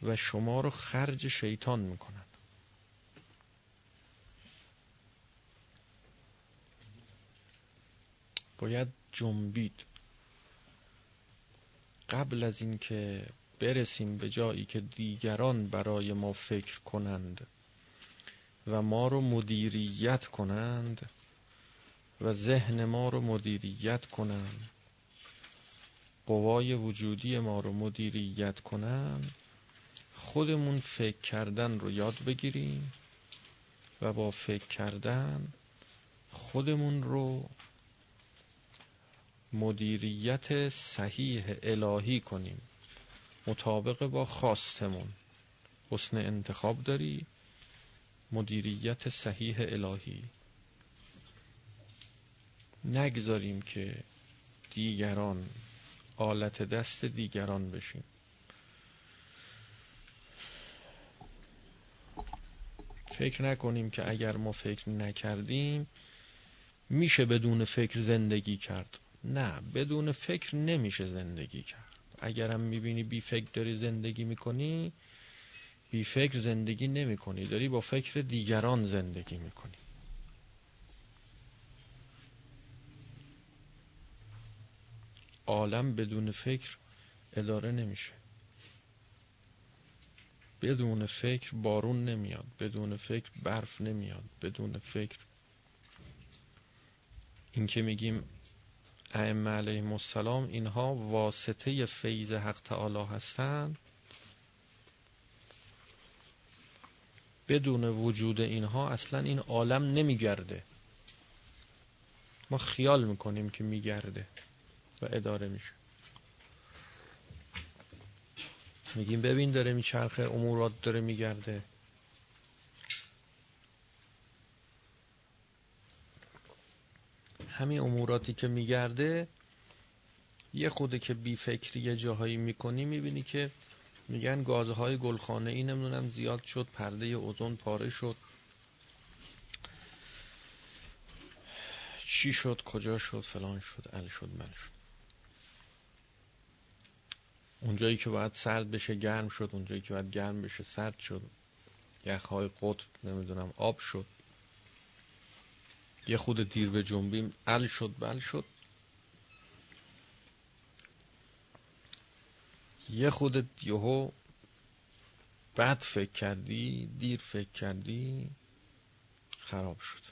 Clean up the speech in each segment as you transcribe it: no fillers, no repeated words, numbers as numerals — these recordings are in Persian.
و شما رو خرج شیطان میکنن. باید جنبید قبل از این که برسیم به جایی که دیگران برای ما فکر کنند و ما رو مدیریت کنند و ذهن ما رو مدیریت کنند، قوای وجودی ما رو مدیریت کنند، خودمون فکر کردن رو یاد بگیریم و با فکر کردن خودمون رو مدیریت صحیح الهی کنیم، مطابق با خواستمون. حسن انتخاب داری، مدیریت صحیح الهی. نگذاریم که دیگران آلت دست دیگران بشیم. فکر نکنیم که اگر ما فکر نکردیم میشه بدون فکر زندگی کرد. نه، بدون فکر نمیشه زندگی کرد. اگرم میبینی بی فکر داری زندگی میکنی، بی فکر زندگی نمی کنی، داری با فکر دیگران زندگی میکنی. عالم بدون فکر اداره نمیشه. بدون فکر بارون نمیاد، بدون فکر برف نمیاد، بدون فکر این که میگیم ائمه علیهم السلام اینها واسطه فیض حق تعالی هستند، بدون وجود اینها اصلا این عالم نمیگرده. ما خیال میکنیم که میگرده و اداره میشه. میگیم ببین داره میچرخه، امورات داره میگرده. همین اموراتی که میگرده یه خوده که بی فکری یه جاهایی میکنی، میبینی که میگن گازهای گلخانه ای نمیدونم زیاد شد، پرده اوزون پاره شد، چی شد، کجا شد، فلان شد، ال شد، مل شد. اونجایی که باید سرد بشه گرم شد، اونجایی که باید گرم بشه سرد شد، یخهای قطب نمیدونم آب شد. یه خود دیر به جنبیم ال شد، بل شد. یه خود یهو بد فکر کردی، دیر فکر کردی، خراب شد.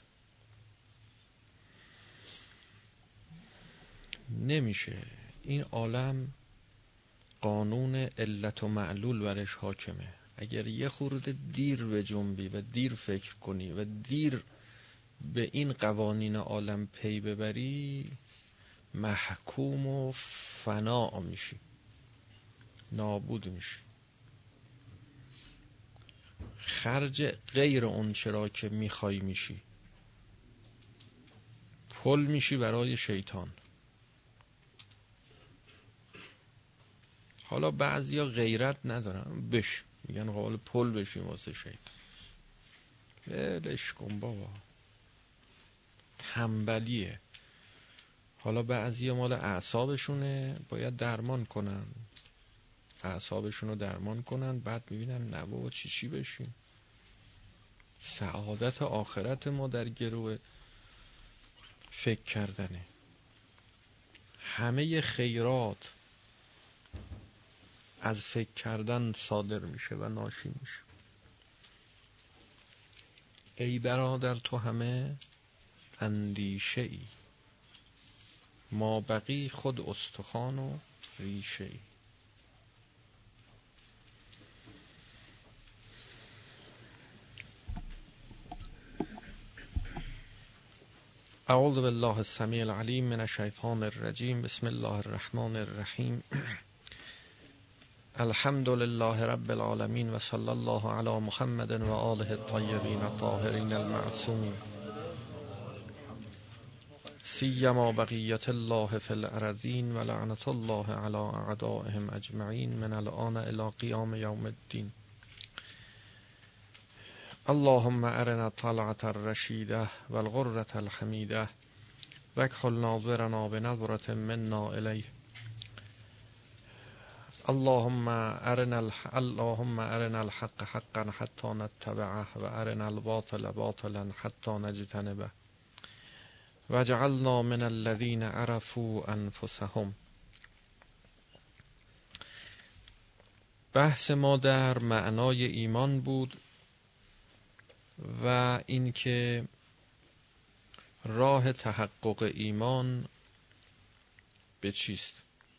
نمیشه. این عالم قانون علت و معلول برش حاکمه. اگر یه خورده دیر به جنبی و دیر فکر کنی و دیر به این قوانین عالم پی ببری، محکوم و فنا میشی، نابود میشی. خرج غیر اون چرا که میخوای میشی، پل میشی برای شیطان. حالا بعضیا غیرت ندارن، میگن حالا پل بشیم واسه شیطان. ولش کن بابا، تنبلیه. حالا بعضیا مال اعصابشونه، باید درمان کنن، اعصابشونو درمان کنن، بعد میبینن نه بابا چی بشیم. سعادت آخرت ما در گروه فکر کردنه. همه خیرات از فکر کردن صادر میشه و ناشی میشه. ای برادر تو همه اندیشه ای، ما بقی خود استخوان و ریشه ای. اعوذ بالله السمیع العلیم من الشیطان الرجیم. بسم الله الرحمن الرحیم. الحمد لله رب العالمین و صلی الله علی محمد و آله الطیبین الطاهرین المعصومین، سیما بقیت الله فی الارضین و لعنت الله علی اعدائهم اجمعین من الان الی قیام یوم الدین. اللهم ارنا الطلعة الرشیده و الغرة الحمیده و اکحل ناظرنا بنظرة منا الیه. اللهم ارنا الحق حقا حتی نتبعه و ارنا الباطل باطلا حتی نجتنبه وجعلنا من الذين عرفوا انفسهم. بحث ما در معنای ایمان بود و اینکه راه تحقق ایمان به چیست.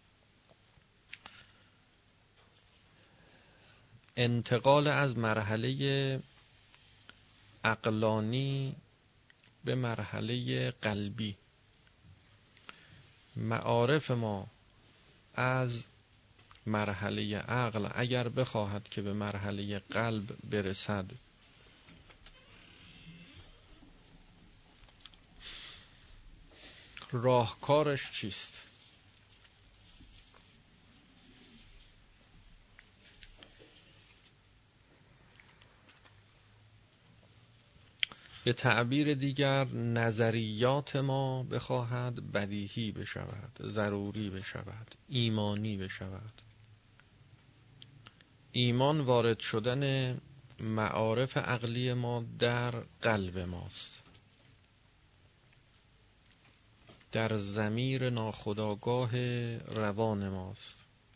انتقال از مرحله عقلانی به مرحله قلبی. معارف ما از مرحله عقل اگر بخواهد که به مرحله قلب برسد، راهکارش چیست؟ به تعبیر دیگر نظریات ما بخواهد بدیهی بشود، ضروری بشود، ایمانی بشود. ایمان وارد شدن معارف عقلی ما در قلب ماست، در ضمیر ناخودآگاه روان ماست.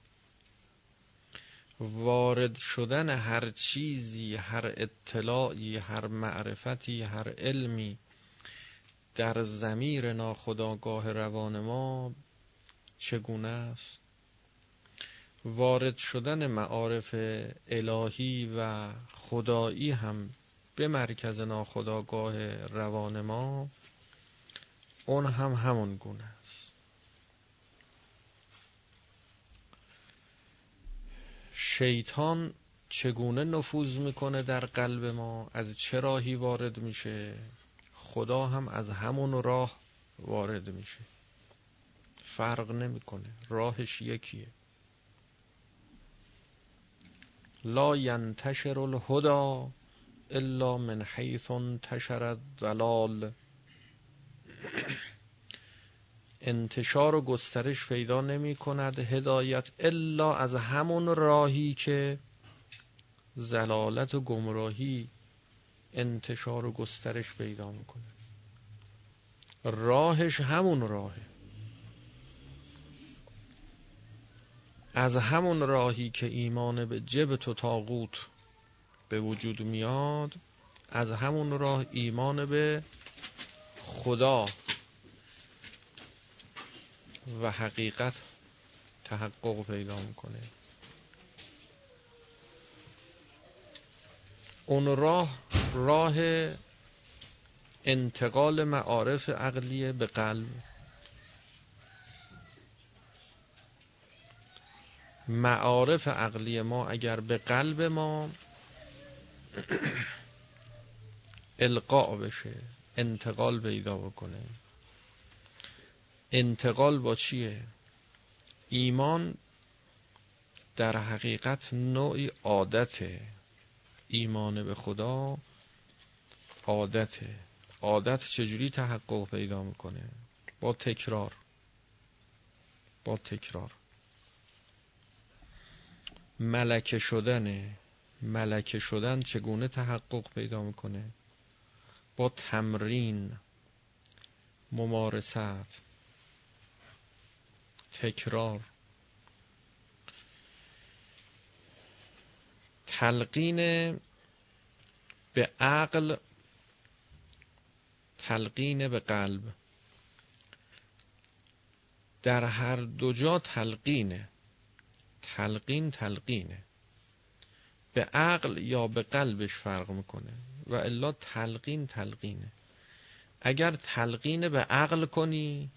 وارد شدن هر چیزی، هر اطلاعی، هر معرفتی، هر علمی در ضمیر ناخودآگاه روان ما چگونه است؟ وارد شدن معارف الهی و خدایی هم به مرکز ناخودآگاه روان ما، اون هم همون گونه است. شیطان چگونه نفوذ میکنه در قلب ما؟ از چه راهی وارد میشه؟ خدا هم از همون راه وارد میشه. فرق نمیکنه، راهش یکیه. لا ینتشر الهدى الا من حیث انتشر الضلال. انتشار و گسترش پیدا نمی کند هدایت الا از همون راهی که ضلالت و گمراهی انتشار و گسترش پیدا میکنه. راهش همون راهه. از همون راهی که ایمان به جبت و طاغوت به وجود میاد، از همون راه ایمان به خدا و حقیقت تحقق پیدا میکنه. اون راه انتقال معارف عقلیه به قلب. معارف عقلی ما اگر به قلب ما القاء بشه، انتقال پیدا بکنه. انتقال با چیه؟ ایمان در حقیقت نوعی عادته. ایمان به خدا عادته. عادت چجوری تحقق پیدا میکنه؟ با تکرار. با تکرار. ملکه شدن چگونه تحقق پیدا میکنه؟ با تمرین، ممارست، تکرار. تلقین به عقل، تلقین به قلب. در هر دو جا تلقینه. تلقینه. به عقل یا به قلبش فرق میکنه و الا تلقینه. اگر تلقین به عقل کنی،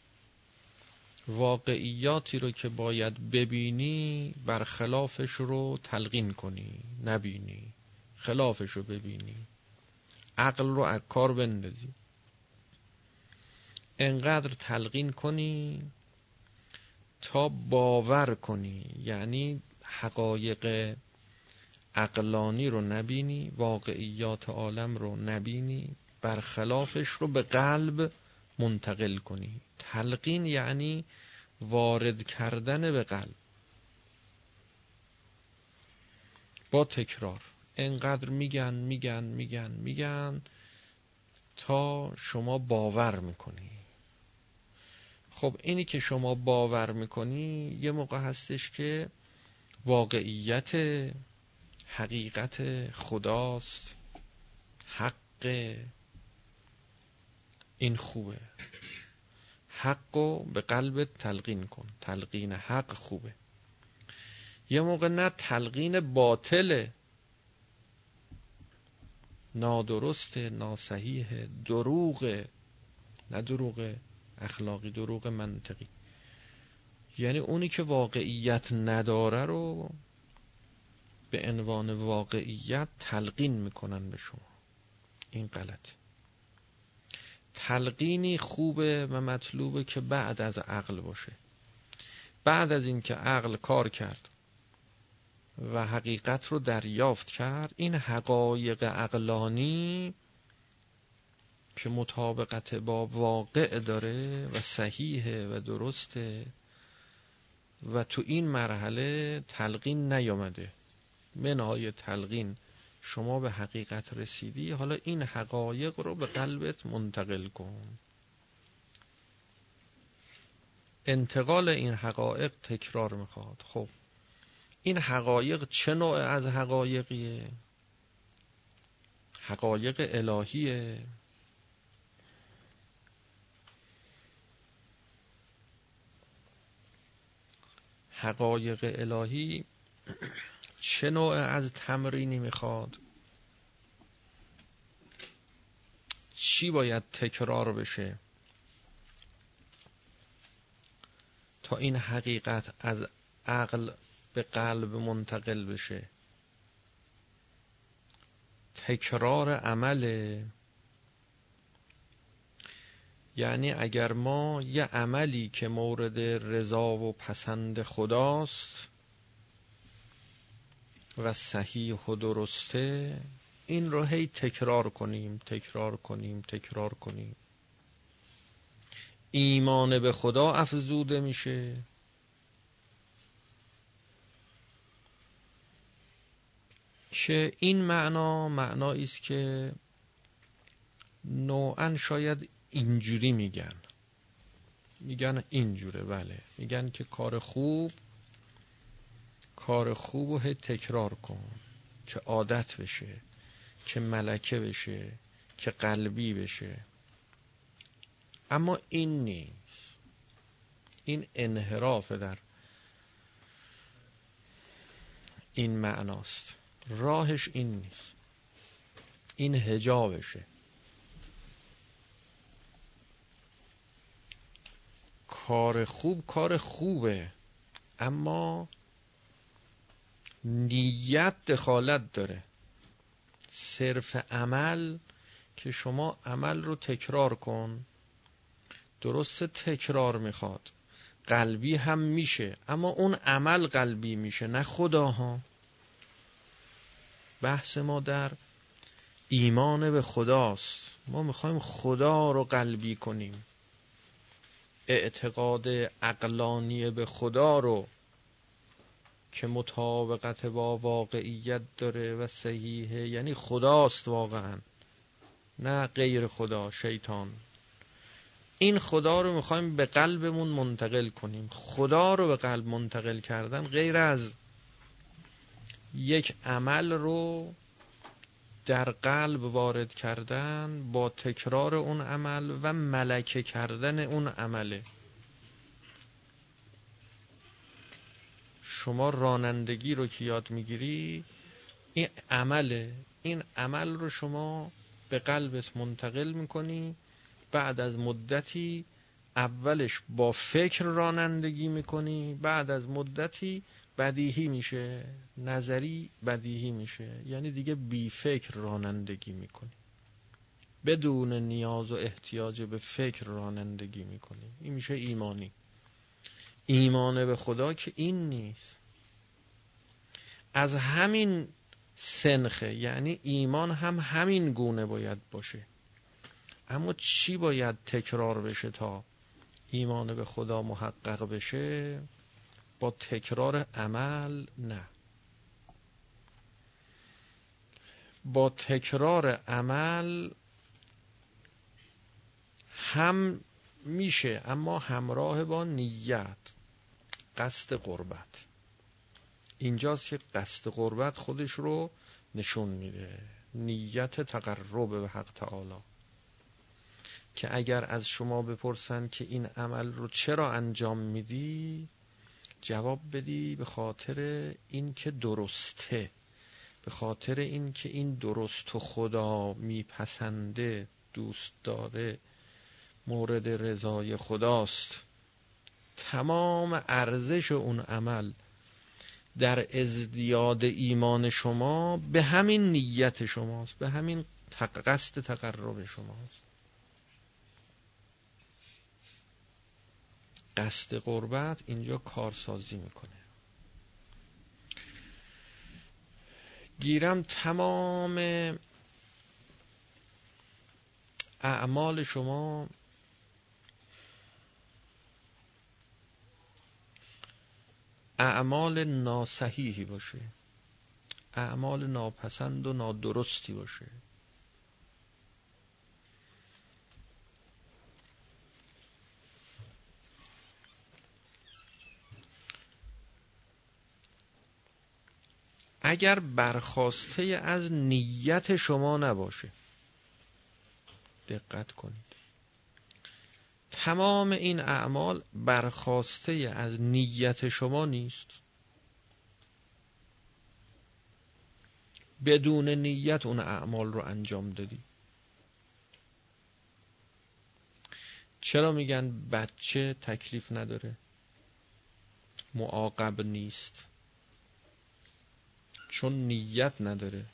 واقعیاتی رو که باید ببینی برخلافش رو تلقین کنی، نبینی، خلافش رو ببینی، عقل رو از کار بندازی. انقدر تلقین کنی تا باور کنی، یعنی حقایق عقلانی رو نبینی، واقعیات عالم رو نبینی، برخلافش رو به قلب منتقل کنی. تلقین یعنی وارد کردن به قلب. با تکرار انقدر میگن تا شما باور میکنی. خب اینی که شما باور میکنی یه موقع هستش که واقعیت، حقیقت خداست، حق. این خوبه. حقو به قلبت تلقین کن. تلقین حق خوبه. یه موقع نه تلقین باطله، نادرسته، ناصحیحه، دروغه. نه دروغ اخلاقی، دروغ منطقی. یعنی اونی که واقعیت نداره رو به عنوان واقعیت تلقین میکنن به شما. این غلطه. تلقینی خوبه و مطلوبه که بعد از عقل باشه. بعد از این که عقل کار کرد و حقیقت رو دریافت کرد، این حقایق عقلانی که مطابقت با واقع داره و صحیحه و درسته و تو این مرحله تلقین نیامده، منهای تلقین شما به حقیقت رسیدی، حالا این حقایق رو به قلبت منتقل کن. انتقال این حقایق تکرار میخواد. خب این حقایق چه نوع از حقایقیه؟ حقایق الهیه. حقایق الهی چه نوع از تمرینی میخواد؟ چی باید تکرار بشه تا این حقیقت از عقل به قلب منتقل بشه؟ تکرار عمله. یعنی اگر ما یه عملی که مورد رضا و پسند خداست و صحیح و درسته، این رو هی تکرار کنیم، ایمان به خدا افزوده میشه. که این معنایی است که نوعاً شاید اینجوری میگن اینجوره. بله، میگن که کار خوب رو هی تکرار کن که عادت بشه، که ملکه بشه، که قلبی بشه. اما این نیست. این انحراف در این معناست. راهش این نیست. این حجابشه. کار خوبه، اما نیت دخالت داره. صرف عمل که شما عمل رو تکرار کن، درست تکرار میخواد، قلبی هم میشه، اما اون عمل قلبی میشه، نه خداها. بحث ما در ایمان به خداست. ما میخوایم خدا رو قلبی کنیم، اعتقاد عقلانی به خدا رو که مطابقت با واقعیت داره و صحیحه، یعنی خداست واقعا، نه غیر خدا، شیطان. این خدا رو میخوایم به قلبمون منتقل کنیم. خدا رو به قلب منتقل کردن غیر از یک عمل رو در قلب وارد کردن با تکرار اون عمل و ملکه کردن اون عمله. شما رانندگی رو که یاد میگیری، این عمله. این عمل رو شما به قلبت منتقل میکنی. بعد از مدتی اولش با فکر رانندگی میکنی، بعد از مدتی بدیهی میشه، نظری بدیهی میشه، یعنی دیگه بی فکر رانندگی میکنی، بدون نیاز و احتیاج به فکر رانندگی میکنی. این میشه ایمانی. ایمان به خدا که این نیست. از همین سنخه، یعنی ایمان هم همین گونه باید باشه. اما چی باید تکرار بشه تا ایمان به خدا محقق بشه؟ با تکرار عمل نه. با تکرار عمل هم میشه، اما همراه با نیت، قصد قربت. اینجاست که قصد قربت خودش رو نشون میده، نیت تقرب به حق تعالی. که اگر از شما بپرسن که این عمل رو چرا انجام میدی، جواب بدی به خاطر این که درسته، به خاطر این که این درست و خدا میپسنده، دوست داره، مورد رضای خداست. تمام ارزش اون عمل در ازدیاد ایمان شما به همین نیت شماست، به همین قصد تقرب شماست. قصد قربت اینجا کارسازی میکنه. گیرم تمام اعمال شما اعمال ناصحیحی باشه، اعمال ناپسند و نادرستی باشه، اگر برخواسته از نیت شما نباشه، دقت کنید، تمام این اعمال برخواسته از نیت شما نیست. بدون نیت اون اعمال رو انجام دادی. چرا میگن بچه تکلیف نداره، معاقب نیست؟ چون نیت نداره.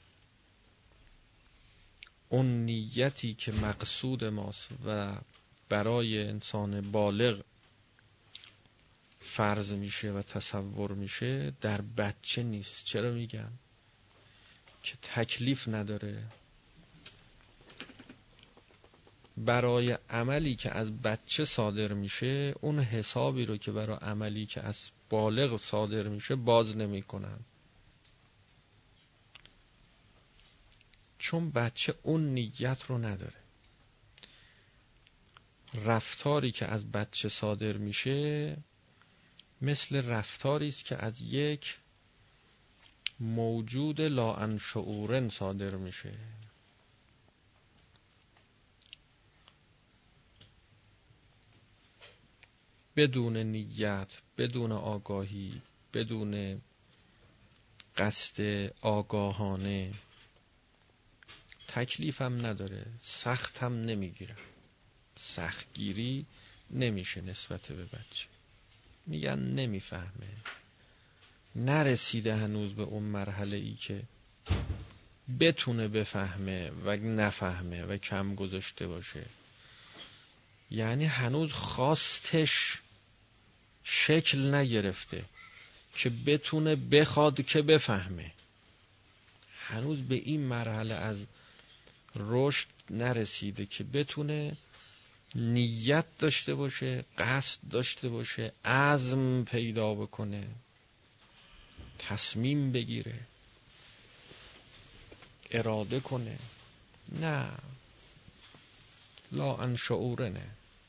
اون نیتی که مقصود ماست و برای انسان بالغ فرض میشه و تصور میشه، در بچه نیست. چرا میگم؟ که تکلیف نداره. برای عملی که از بچه صادر میشه، اون حسابی رو که برای عملی که از بالغ صادر میشه باز نمی کنن. چون بچه اون نیت رو نداره. رفتاری که از بچه صادر میشه مثل رفتاری است که از یک موجود لاانشعورن صادر میشه. بدون نیت، بدون آگاهی، بدون قصد آگاهانه، تکلیف هم نداره، سخت هم نمیگیره، سختگیری نمیشه نسبت به بچه. میگن نمیفهمه، نرسیده هنوز به اون مرحله ای که بتونه بفهمه و نفهمه و کم گذاشته باشه. یعنی هنوز خواستش شکل نگرفته که بتونه بخواد که بفهمه. هنوز به این مرحله از رشد نرسیده که بتونه نیت داشته باشه، قصد داشته باشه، عزم پیدا بکنه، تصمیم بگیره، اراده کنه. نه، لا انشعورنه.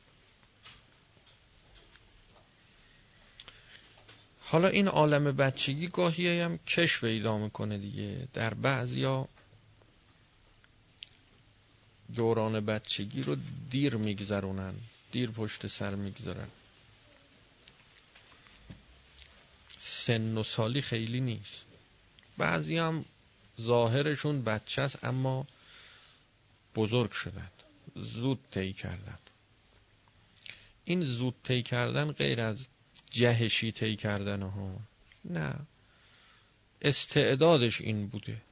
حالا این عالم بچگی گاهی هم کش پیدا میکنه دیگه. در بعضیا دوران بچگی رو دیر میگذرونن، دیر پشت سر میگذارن. سن و سالی خیلی نیست. بعضی هم ظاهرشون بچه است اما بزرگ شدن، زود طی کردن. این زود طی کردن غیر از جهشی طی کردن ها، نه، استعدادش این بوده،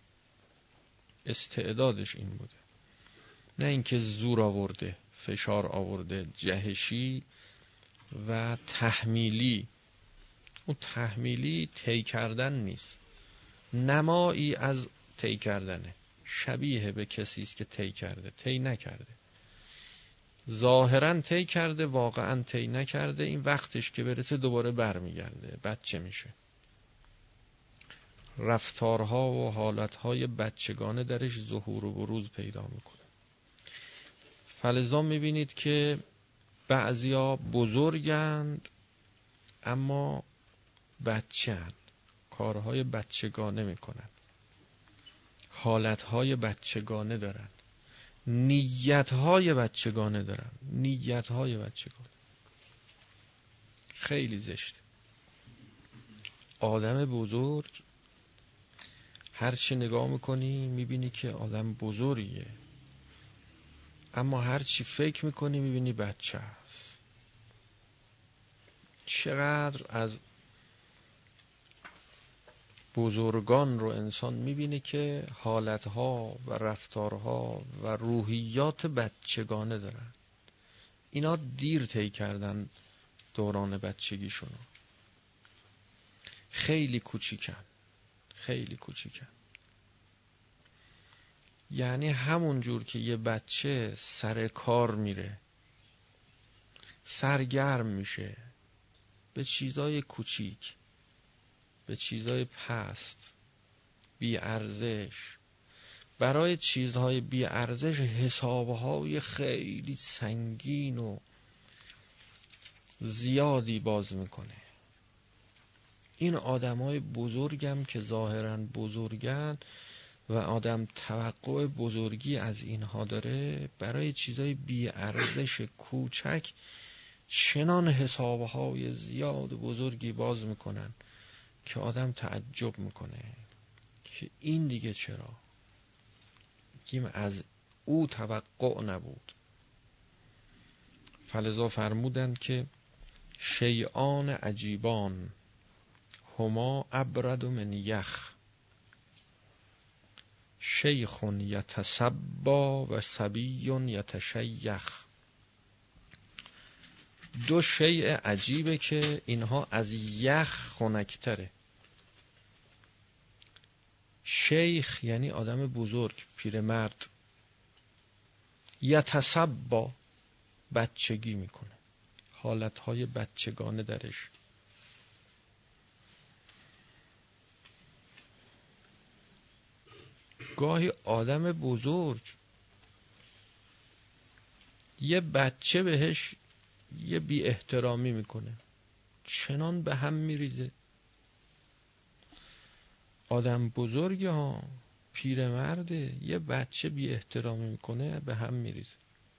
استعدادش این بوده، نه اینکه زور آورده، فشار آورده. جهشی و تحمیلی. اون تحمیلی طی کردن نیست، نمایی از طی کردنه، شبیه به کسی است که طی کرده، طی نکرده. ظاهراً طی کرده، واقعاً طی نکرده. این وقتش که برسه دوباره برمیگرده، بچه میشه. رفتارها و حالتهای بچگانه درش ظهور و بروز پیدا میکنه. فلذا میبینید که بعضیا بزرگند اما بچه‌اند، کارهای بچگانه میکنن، حالتهای بچگانه دارن، نیتهای بچگانه دارن، نیتهای بچگانه. خیلی زشته. آدم بزرگ هرچی نگاه میکنی میبینی که آدم بزرگیه، اما هرچی فکر میکنی میبینی بچه هست. چقدر از بزرگان رو انسان میبینه که حالتها و رفتارها و روحیات بچگانه دارن. اینا دیر طی کردن دوران بچگیشون، خیلی کوچیکن، خیلی کوچیکن. یعنی همون جور که یه بچه سر کار میره، سرگرم میشه به چیزای کوچیک، به چیزای پست، بی ارزش، برای چیزهای بی ارزش حسابهای خیلی سنگین و زیادی باز میکنه. این آدمای بزرگم که ظاهراً بزرگن و آدم توقع بزرگی از اینها داره، برای چیزای بی ارزش کوچک چنان حسابهای زیاد و بزرگی باز میکنن که آدم تعجب میکنه که این دیگه چرا؟ کیم از او توقع نبود. فلذا فرمودند که شیئان عجیبان هما ابرد من یخ، شیخ یتصبا و صبی یتشیخ. دو شیء عجیبه که اینها از یخ خنک‌تره. شیخ یعنی آدم بزرگ، پیرمرد، یتصبا بچگی میکنه، حالتهای بچگانه درش. گاهی آدم بزرگ یه بچه بهش یه بی احترامی میکنه، چنان به هم میریزه. آدم بزرگ ها، پیرمرده، یه بچه بی احترامی میکنه به هم میریزه.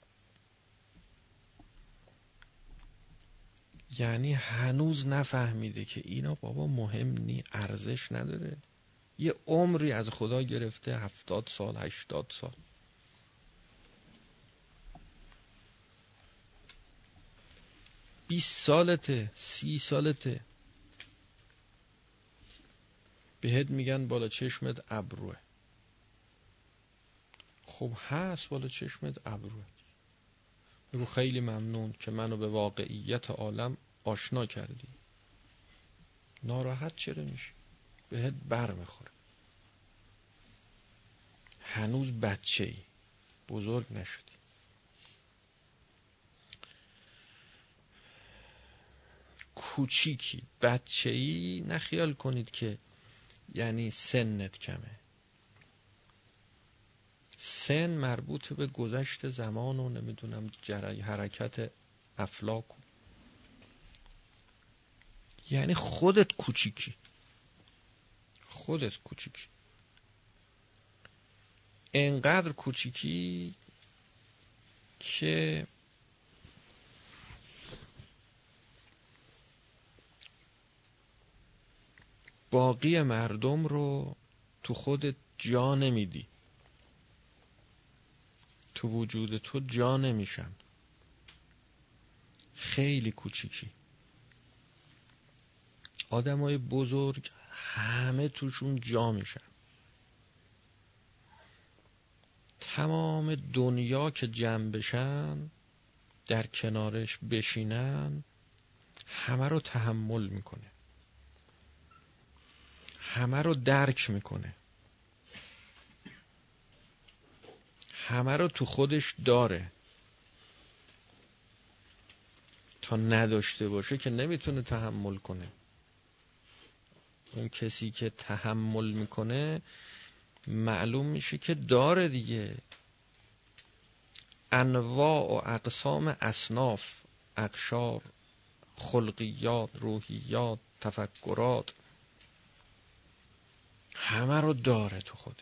یعنی هنوز نفهمیده که اینا بابا مهم نی، ارزش نداره. یه عمری از خدا گرفته، 70 سال 80 سال، بیست سالته، 30 سالته، بهت میگن بالا چشمت ابروه. خب هست بالا چشمت ابروه، بگو خیلی ممنون که منو به واقعیت عالم آشنا کردی. ناراحت چرا میشی؟ بهت بر میخوره. هنوز بچه‌ای، بزرگ نشدی. کوچیکی، بچه‌ای، نخیال کنید که یعنی سنت کمه. سن مربوط به گذشت زمان و نمیدونم حرکت افلاک، یعنی خودت کوچیکی، خودت کوچیکی، انقدر کوچیکی که باقی مردم رو تو خودت جا نمیدی، تو وجود تو جا نمیشن. خیلی کوچیکی. آدمای بزرگ همه توشون جا میشن. تمام دنیا که جمع بشن، در کنارش بشینن، همه رو تحمل میکنه، همه رو درک میکنه، همه رو تو خودش داره. تا نداشته باشه که نمیتونه تحمل کنه. اون کسی که تحمل میکنه معلوم میشه که داره دیگه انواع و اقسام اصناف، اقشار، خلقیات، روحیات، تفکرات، همه رو داره تو خودش.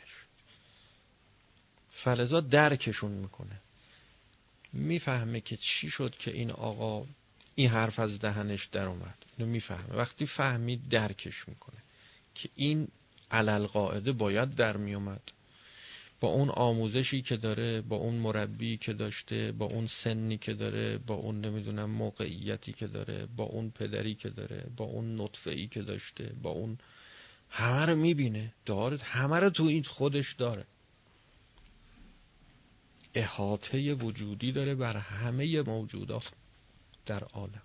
فلذا درکشون میکنه، میفهمه که چی شد که این آقا این حرف از دهنش در اومد. اینو میفهمه. وقتی فهمید درکش میکنه که این علالقاعده باید در میومد، با اون آموزشی که داره، با اون مربی که داشته، با اون سنی که داره، با اون نمیدونم موقعیتی که داره، با اون پدری که داره، با اون نطفه‌ای که داشته، با اون همه رو میبینه، داره همه رو تو این خودش داره، احاطه وجودی داره بر همه موجودات در عالم.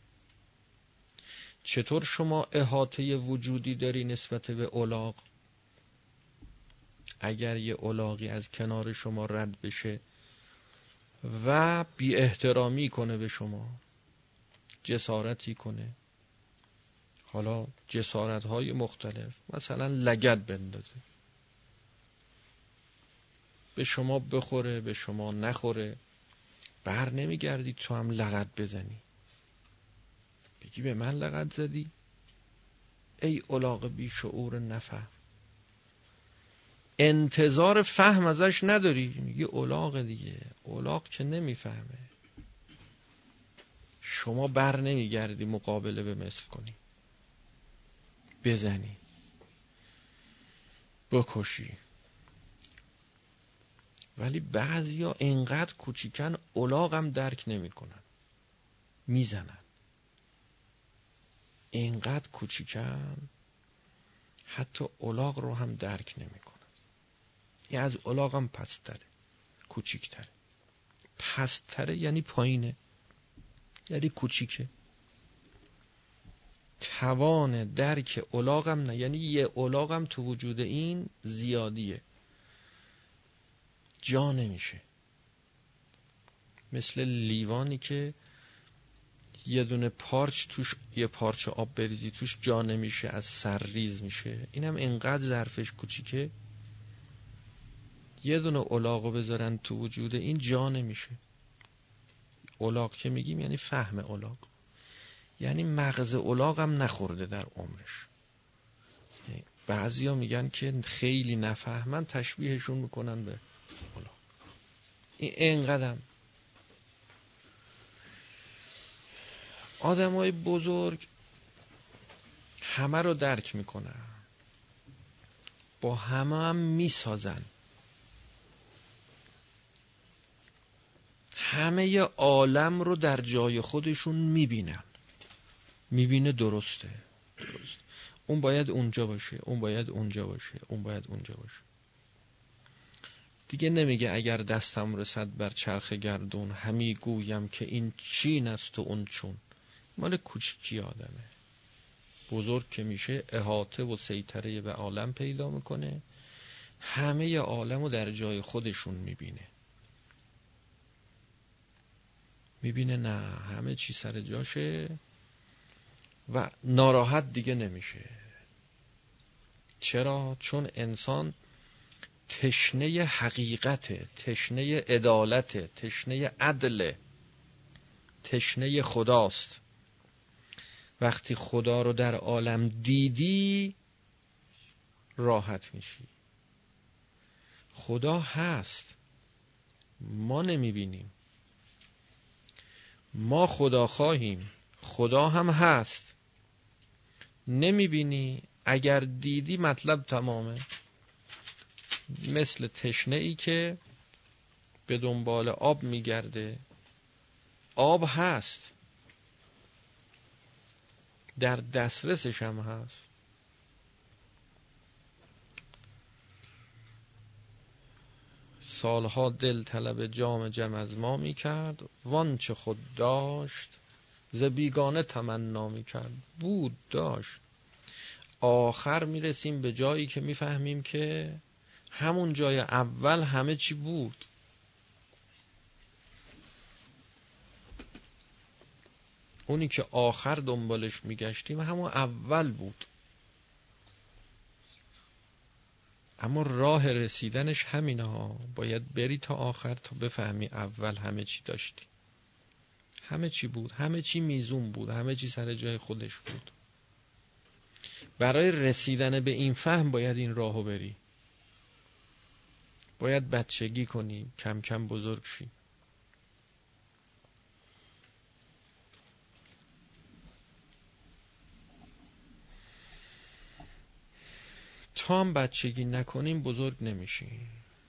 چطور شما احاطه وجودی داری نسبت به الاغ؟ اگر یه الاغی از کنار شما رد بشه و بی احترامی کنه به شما، جسارتی کنه، حالا جسارت‌های مختلف، مثلا لگد بندازه، به شما بخوره به شما نخوره، بر نمیگردی تو هم لگد بزنی، بگی به من لگد زدی؟ ای الاغ بی شعور نفهم، انتظار فهم ازش نداری، میگی الاغ دیگه، الاغ که نمیفهمه. شما بر نمیگردی مقابله به مثل کنی، بزنی، بکشی. ولی بعضیا اینقدر کوچیکن الاغ هم درک نمیکنن، میزنن. اینقدر کوچیکن حتی الاغ رو هم درک نمیکنن. این از الاغ هم پستره، کوچیکتره. پستره یعنی پایینه، یعنی کوچیکه. توان درک الاغ هم نه، یعنی یه الاغ هم تو وجود این زیادیه، جا نمیشه. مثل لیوانی که یه دونه پارچ توش، یه پارچ آب بریزی توش جا نمیشه، از سر ریز میشه. اینم اینقدر ظرفش کوچیکه، یه دونه الاغو بذارن تو وجود این جا نمیشه. الاغ که میگیم یعنی فهم الاغ، یعنی مغز الاغ هم نخورده در عمرش. بعضیا میگن که خیلی نفهمن، تشبیهشون میکنن به الاغ. این اینقدر آدمای بزرگ همه رو درک میکنن، با همه هم میسازن، همه عالم رو در جای خودشون میبینن، میبینه درسته، اون باید اونجا باشه، اون باید اونجا باشه، اون باید اونجا باشه. دیگه نمیگه اگر دستم رسد بر چرخ گردون، همی گویم که این چین است و اون چون. مال کوچیکی آدمه. بزرگ که میشه احاطه و سیطره به عالم پیدا میکنه، همه عالم رو در جای خودشون میبینه، میبینه نه همه چی سر جاشه و ناراحت دیگه نمیشه. چرا؟ چون انسان تشنه حقیقته، تشنه عدالته، تشنه عدله، تشنه خداست. وقتی خدا رو در عالم دیدی راحت میشی. خدا هست، ما نمیبینیم، ما خدا خواهیم، خدا هم هست، نمیبینی. اگر دیدی مطلب تمامه. مثل تشنه ای که به دنبال آب میگرده، آب هست، در دسترسش هم هست. سالها دل طلب جام جم از ما میکرد، وان چه خود داشت ز بیگانه تمنا میکرد. بود، داشت. آخر میرسیم به جایی که میفهمیم که همون جای اول همه چی بود. اونی که آخر دنبالش میگشتیم همون اول بود. اما راه رسیدنش همینه ها. باید بری تا آخر تا بفهمی اول همه چی داشتی، همه چی بود، همه چی میزون بود، همه چی سر جای خودش بود. برای رسیدن به این فهم باید این راهو بری. باید بچگی کنی، کم کم بزرگ شی. تا هم بچگی نکنیم بزرگ نمیشیم.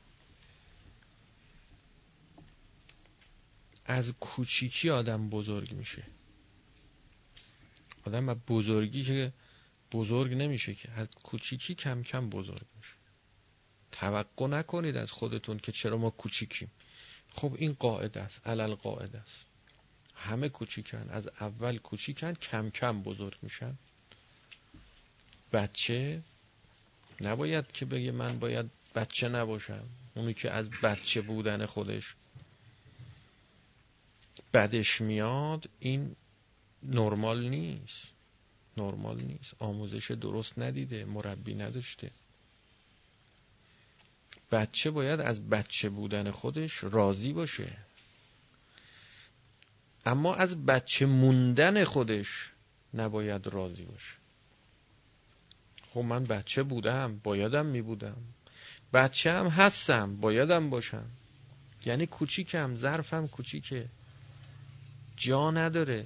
از کوچیکی آدم بزرگ میشه. آدم از بزرگی که بزرگ نمیشه، که از کوچیکی کم کم بزرگ میشه. توقع نکنید از خودتون که چرا ما کوچیکیم. خب این قاعده است، علل قاعده است. همه کوچیکن، از اول کوچیکن، کم کم بزرگ میشن. بچه نباید که بگه من باید بچه نباشم. اونی که از بچه بودن خودش بدش میاد، این نرمال نیست. نرمال نیست. آموزش درست ندیده، مربی نداشته. بچه باید از بچه بودن خودش راضی باشه، اما از بچه موندن خودش نباید راضی باشه. خب من بچه بودم، بایدم می بودم، بچه هم هستم، بایدم باشم. یعنی کوچیکم، ظرفم کوچیکه، جا نداره.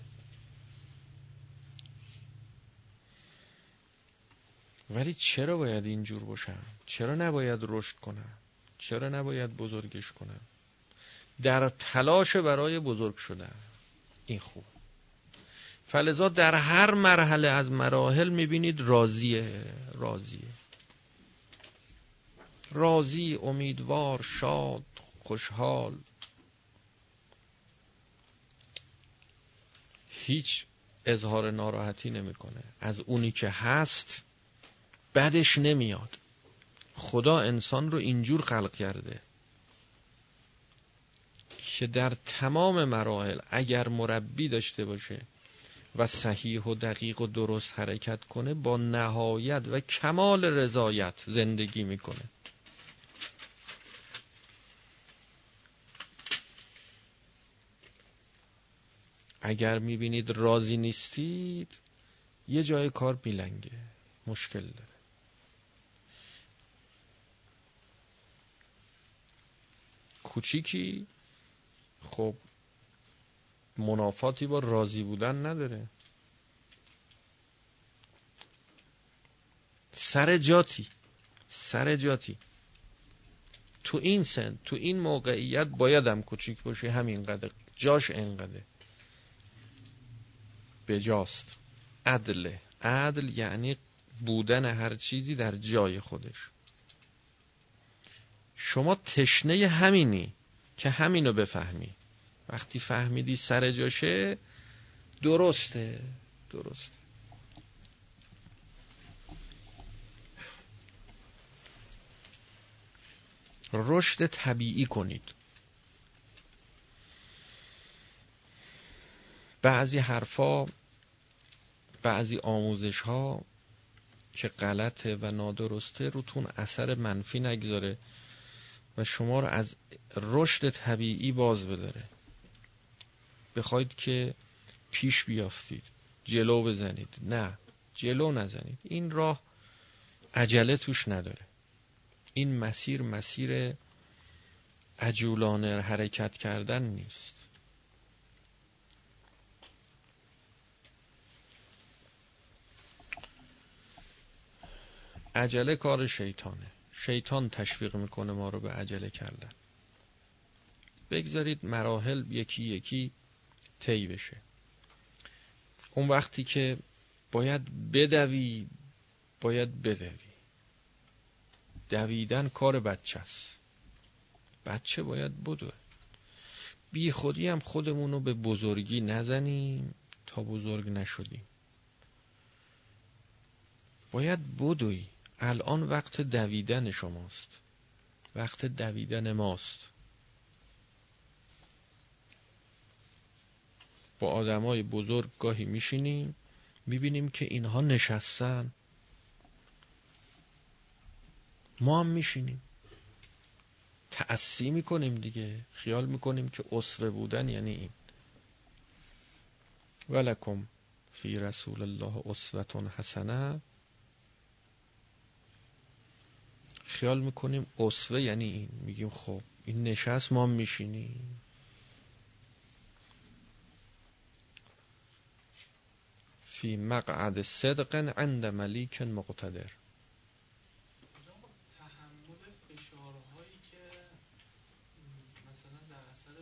ولی چرا باید اینجور باشم؟ چرا نباید رشد کنم؟ چرا نباید بزرگش کنم؟ در تلاش برای بزرگ شدن. این خوب. فلذا در هر مرحله از مراحل میبینید راضیه، راضی، امیدوار، شاد، خوشحال. هیچ اظهار ناراحتی نمیکنه. از اونی که هست بدش نمیاد. خدا انسان رو اینجور خلق کرده که در تمام مراحل اگر مربی داشته باشه و صحیح و دقیق و درست حرکت کنه، با نهایت و کمال رضایت زندگی میکنه. اگر میبینید راضی نیستید، یه جای کار میلنگه، مشکل داره. کوچیکی خب منافاتی با راضی بودن نداره. سر جاتی تو این سن، تو این موقعیت بایدم کوچیک باشه، همینقدر جاش انقدر بجاست. عدل یعنی بودن هر چیزی در جای خودش. شما تشنه همینی که همینو بفهمی. وقتی فهمیدی سر جاشه، درسته. رشد طبیعی کنید. بعضی حرفا، بعضی آموزش ها که غلطه و نادرسته روتون اثر منفی نگذاره و شما رو از رشد طبیعی باز بداره. بخواید که پیش بیافتید، جلو بزنید، نه، جلو نزنید. این راه عجله توش نداره. این مسیر عجولانه حرکت کردن نیست. عجله کار شیطانه. شیطان تشویق میکنه ما رو به عجله کردن. بگذارید مراحل یکی یکی طی بشه. اون وقتی که باید بدوی، دویدن کار بچه است. بچه باید بدوه. بی خودی هم خودمونو به بزرگی نزنیم تا بزرگ نشدیم. باید بدوی. الان وقت دویدن شماست، وقت دویدن ماست. با آدمای بزرگ گاهی میشینیم، میبینیم که اینها نشستن، ما هم میشینیم تأسی میکنیم دیگه، خیال میکنیم که اسوه بودن یعنی این. ولکم فی رسول الله اسوة حسنه، خیال میکنیم اسوه یعنی این، میگیم خب این نشست ما هم میشینیم. فی مقعد صدق عند ملیک مقتدر. تحمل فشارهایی که مثلا در اثر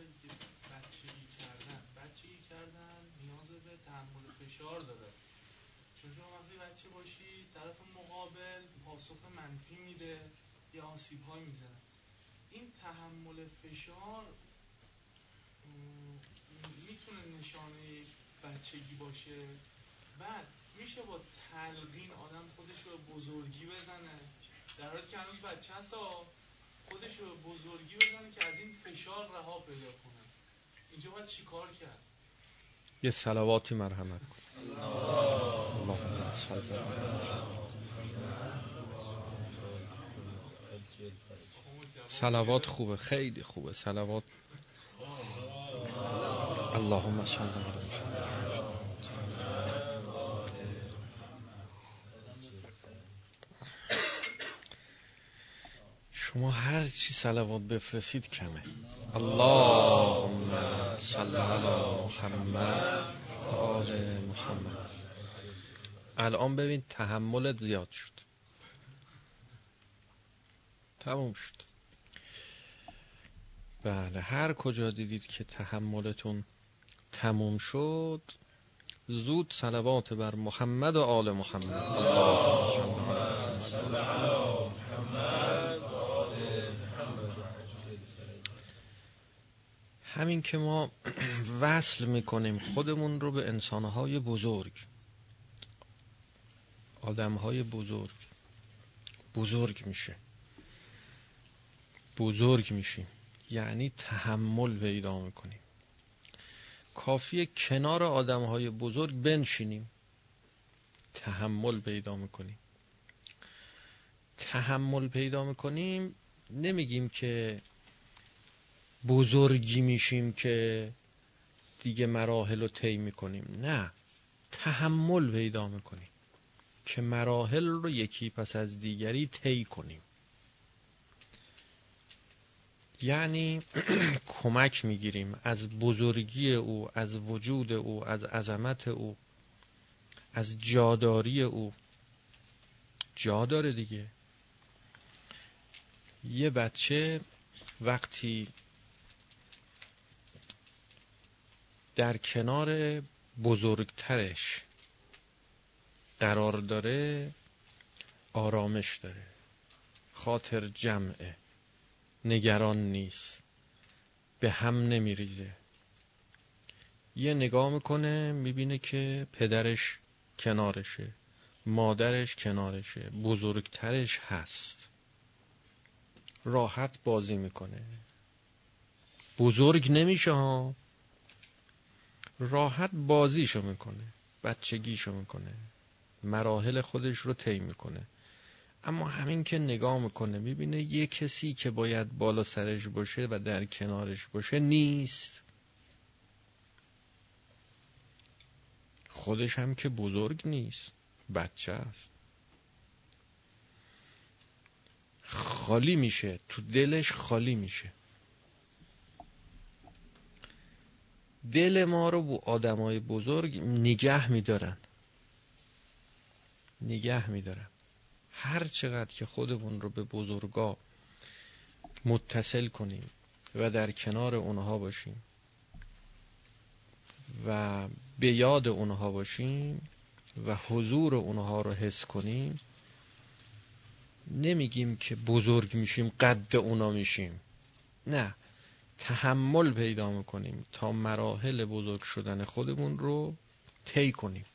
بچگی کردن نیاز به تحمل فشار داره. چون شما وقتی بچه باشی طرف مقابل پاسخ منفی میده یا آسیب‌هایی میزنه. این تحمل فشار میتونه نشانه بچگی باشه. بعد میشه با تلقین آدم خودش رو بزرگی بزنه در حالی که هنوز بچه هست، خودش رو بزرگی بزنه که از این فشار رها پیدا کنه. اینجا باید چی کار کرد؟ یه صلواتی مرحمت کن. اللهم صل علی. صلوات خوبه، خیلی خوبه صلوات. اللهم صل علی. شما هر چی صلوات بفرستید کمه. اللهم صل علی محمد و آل محمد. الان ببین تحملت زیاد شد، تموم شد. بله هر کجا دیدید که تحملتون تموم شد، زود صلوات بر محمد و آل محمد. اللهم صل علی محمد. همین که ما وصل میکنیم خودمون رو به انسانهای بزرگ، آدمهای بزرگ، بزرگ میشیم، یعنی تحمل پیدا میکنیم. کافیه کنار آدمهای بزرگ بنشینیم، تحمل پیدا میکنیم. تحمل پیدا میکنیم، نمیگیم که بزرگی میشیم که دیگه مراحل رو طی میکنیم، نه، تحمل پیدا میکنیم که مراحل رو یکی پس از دیگری طی کنیم. یعنی کمک میگیریم از بزرگی او، از وجود او، از عظمت او، از جاداری او. جا داره دیگه. یه بچه وقتی در کنار بزرگترش قرار داره آرامش داره، خاطر جمعه، نگران نیست، به هم نمیریزه. یه نگاه میکنه میبینه که پدرش کنارشه، مادرش کنارشه، بزرگترش هست، راحت بازی میکنه. بزرگ نمیشه ها، راحت بازیشو میکنه، بچگیشو میکنه، مراحل خودش رو طی میکنه. اما همین که نگاه میکنه میبینه یه کسی که باید بالا سرش باشه و در کنارش باشه نیست، خودش هم که بزرگ نیست، بچه است، خالی میشه، تو دلش خالی میشه. دل ما رو با آدمای بزرگ نگه میدارن. هر چقدر که خودمون رو به بزرگا متصل کنیم و در کنار اونها باشیم و به یاد اونها باشیم و حضور اونها رو حس کنیم، نمیگیم که بزرگ میشیم قد اونا میشیم، نه، تحمل پیدا میکنیم تا مراحل بزرگ شدن خودمون رو طی کنیم.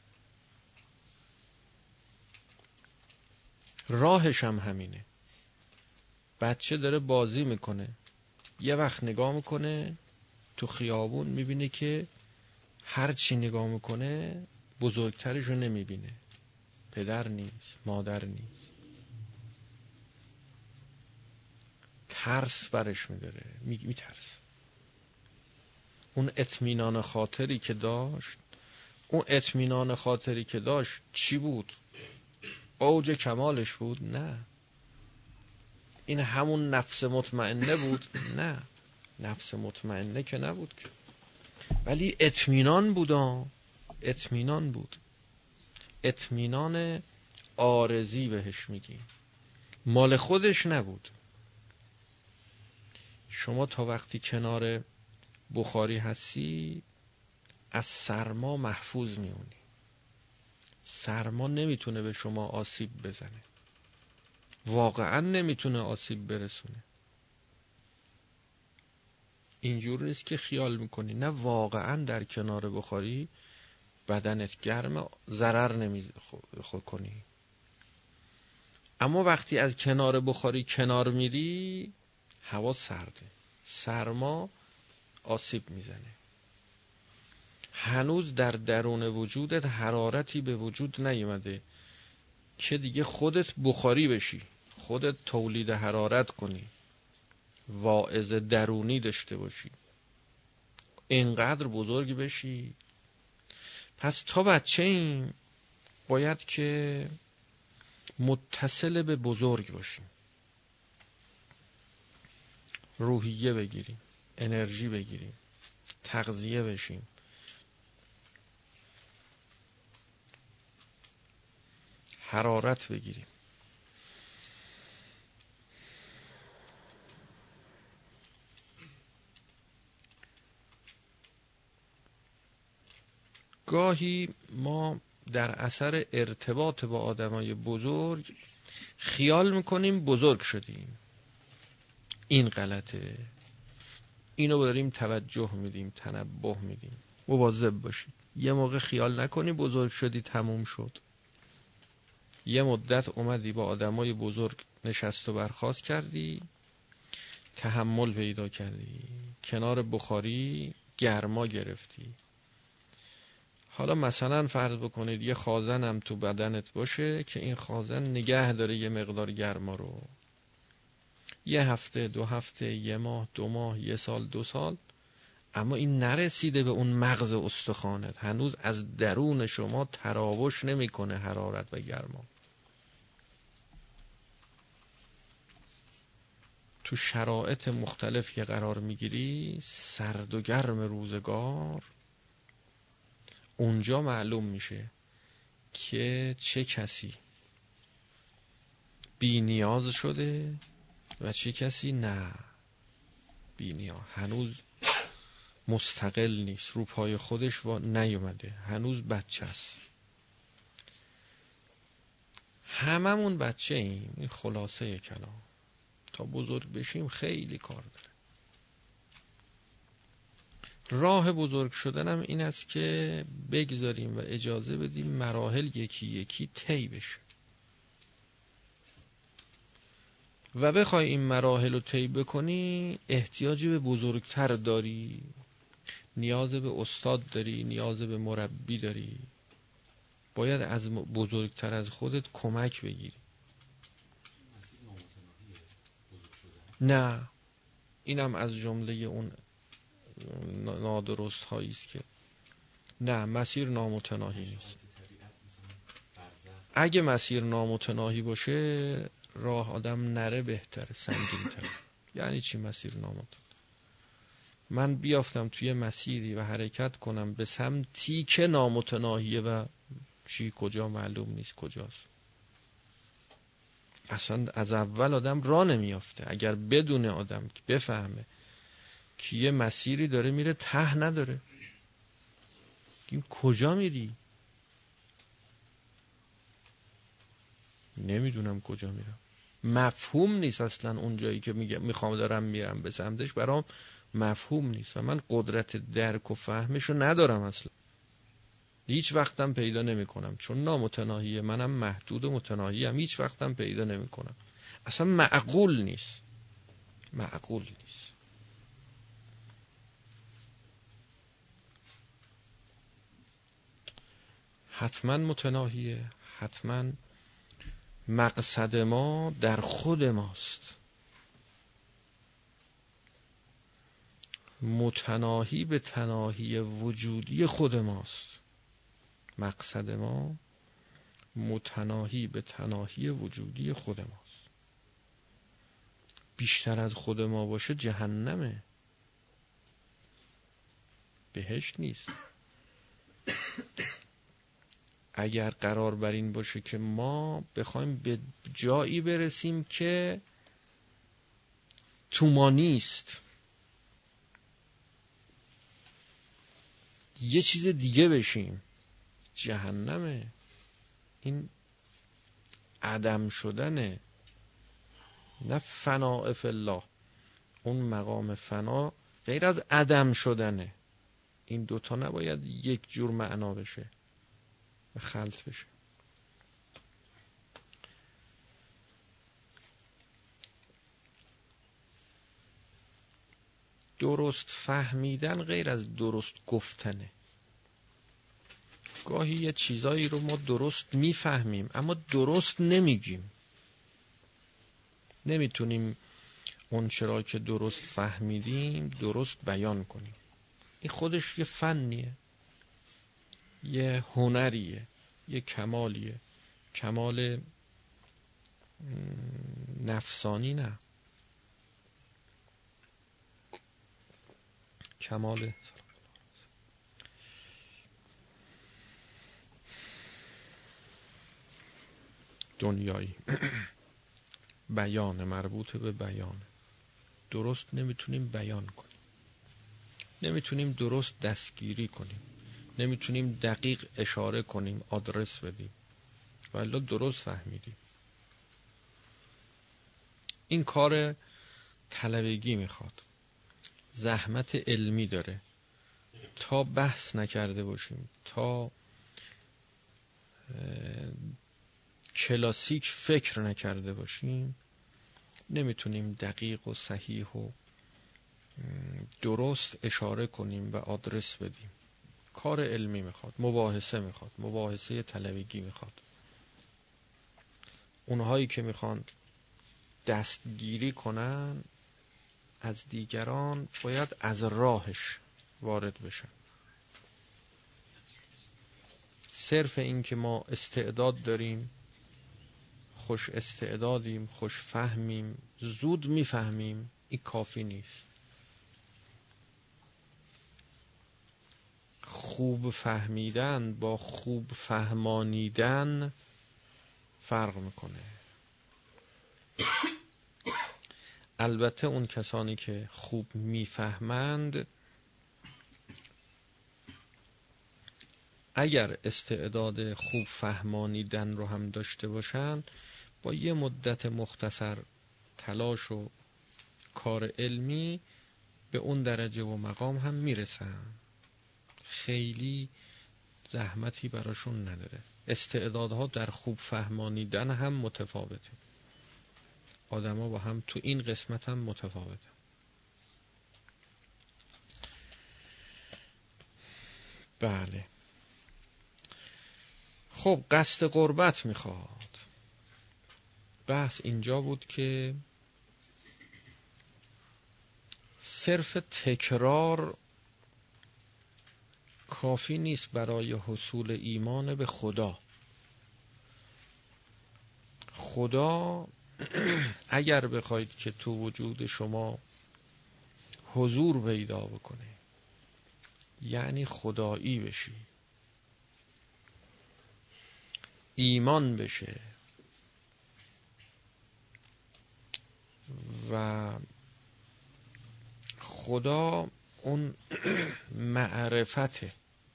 راهش هم همینه. بچه داره بازی میکنه، یه وقت نگاه میکنه تو خیابون میبینه که هر چی نگاه میکنه بزرگترش رو نمیبینه، پدر نیست، مادر نیست. ترس برش میداره، میترس. اون اطمینان خاطری که داشت، اون اطمینان خاطری که داشت چی بود؟ اوج کمالش بود؟ نه. این همون نفس مطمئنه بود؟ نه، نفس مطمئنه که نبود که، ولی اطمینان بود. اطمینان بود، اطمینان عارضی بهش میگیم، مال خودش نبود. شما تا وقتی کنار بخاری هستی از سرما محفوظ میمونی. سرما نمیتونه به شما آسیب بزنه، واقعا نمیتونه آسیب برسونه. اینجور نیست که خیال میکنی، نه، واقعا در کنار بخاری بدنت گرم، ضرر نمیخور کنی. اما وقتی از کنار بخاری کنار میری هوا سرده، سرما آسیب میزنه. هنوز در درون وجودت حرارتی به وجود نیومده که دیگه خودت بخاری بشی، خودت تولید حرارت کنی، واعظ درونی داشته باشی، اینقدر بزرگ بشی. پس تا بچه این باید که متصل به بزرگ باشیم، روحیه بگیریم، انرژی بگیریم، تغذیه بشیم، حرارت بگیریم. گاهی ما در اثر ارتباط با آدمای بزرگ خیال میکنیم بزرگ شدیم. این غلطه. اینو داریم توجه میدیم، تنبه میدیم. مواظب باشید. یه موقع خیال نکنی بزرگ شدی تموم شد. یه مدت اومدی با آدمای بزرگ نشست و برخاست کردی، تحمل پیدا کردی، کنار بخاری گرما گرفتی. حالا مثلا فرض بکنید یه خازن هم تو بدنت باشه که این خازن نگه داره یه مقدار گرما رو. یه هفته، 2 هفته، 1 ماه، 2 ماه، 1 سال، 2 سال، اما این نرسیده به اون مغز استخوانت. هنوز از درون شما تراوش نمیکنه حرارت و گرما. تو شرایط مختلف که قرار میگیری، سرد و گرم روزگار، اونجا معلوم میشه که چه کسی بی نیاز شده و چه کسی نه بی نیاز، هنوز مستقل نیست، رو پای خودش نیومده، هنوز بچه است. هممون بچه ایم. این خلاصه کلام. تا بزرگ بشیم خیلی کار داره. راه بزرگ شدنم این است که بگذاریم و اجازه بدیم مراحل یکی یکی طی بشه و بخوای این مراحل رو طی بکنی احتیاجی به بزرگتر داری، نیاز به استاد داری، نیاز به مربی داری، باید از بزرگتر از خودت کمک بگیری. نه، اینم از جمله اون نادرست هایی است که نه، مسیر نامتناهی نیست. اگه مسیر نامتناهی باشه راه آدم نره بهتره، سنگین تر. یعنی چی مسیر نامتناهی؟ من بیافتم توی مسیری و حرکت کنم به سمتی که نامتناهیه و چی کجا معلوم نیست کجاست. اصلا از اول آدم راه نمیافته. اگر بدون آدم که بفهمه که یه مسیری داره میره ته نداره، این کجا میری؟ نمیدونم کجا میرم، مفهوم نیست اصلا اون جایی که میخوام دارم میرم به سمتش، برام مفهوم نیست و من قدرت درک و فهمشو ندارم اصلا. هیچ وقتم پیدا نمی کنم چون نامتناهیه، منم محدود و متناهیم، هیچ وقتم پیدا نمی کنم. اصلا معقول نیست، معقول نیست. حتما متناهیه، حتما مقصد ما در خود ماست. متناهی به تناهی وجودی خود ماست. مقصد ما متناهی به تناهی وجودی خود ماست. بیشتر از خود ما باشه جهنمه، بهشت نیست. اگر قرار بر این باشه که ما بخوایم به جایی برسیم که تو ما نیست، یه چیز دیگه بشیم، جهنمه. این عدم شدنه، نه فناء فی الله. اون مقام فنا غیر از عدم شدنه. این دوتا نباید یک جور معنا بشه و خلط بشه. درست فهمیدن غیر از درست گفتنه. گاهی یه چیزایی رو ما درست میفهمیم اما درست نمیگیم. نمیتونیم اون چرا که درست فهمیدیم درست بیان کنیم. این خودش یه فنیه، یه هنریه، یه کمالیه. کمال نفسانی نه، کمال دنیایی. بیان، مربوط به بیان. درست نمیتونیم بیان کنیم، نمیتونیم درست دستگیری کنیم، نمیتونیم دقیق اشاره کنیم، آدرس بدیم، ولی درست فهمیدیم. این کار طلبگی میخواد، زحمت علمی داره. تا بحث نکرده باشیم، تا کلاسیک فکر نکرده باشیم، نمیتونیم دقیق و صحیح و درست اشاره کنیم و آدرس بدیم. کار علمی میخواد، مباحثه میخواد، مباحثه طلبگی میخواد. اونهایی که میخوان دستگیری کنن از دیگران باید از راهش وارد بشن. صرف این که ما استعداد داریم، خوش استعدادیم، خوش فهمیم، زود میفهمیم، این کافی نیست. خوب فهمیدن با خوب فهمانیدن فرق میکنه. البته اون کسانی که خوب میفهمند اگر استعداد خوب فهمانیدن رو هم داشته باشن، با یه مدت مختصر تلاش و کار علمی به اون درجه و مقام هم میرسن. خیلی زحمتی براشون نداره. استعدادها در خوب فهمانیدن هم متفاوته. آدما با هم تو این قسمت هم متفاوته. بله. خب قصد قربت میخواد. بحث اینجا بود که صرف تکرار کافی نیست برای حصول ایمان به خدا. خدا اگر بخواید که تو وجود شما حضور پیدا بکنه، یعنی خدایی بشی، ایمان بشه و خدا اون معرفته،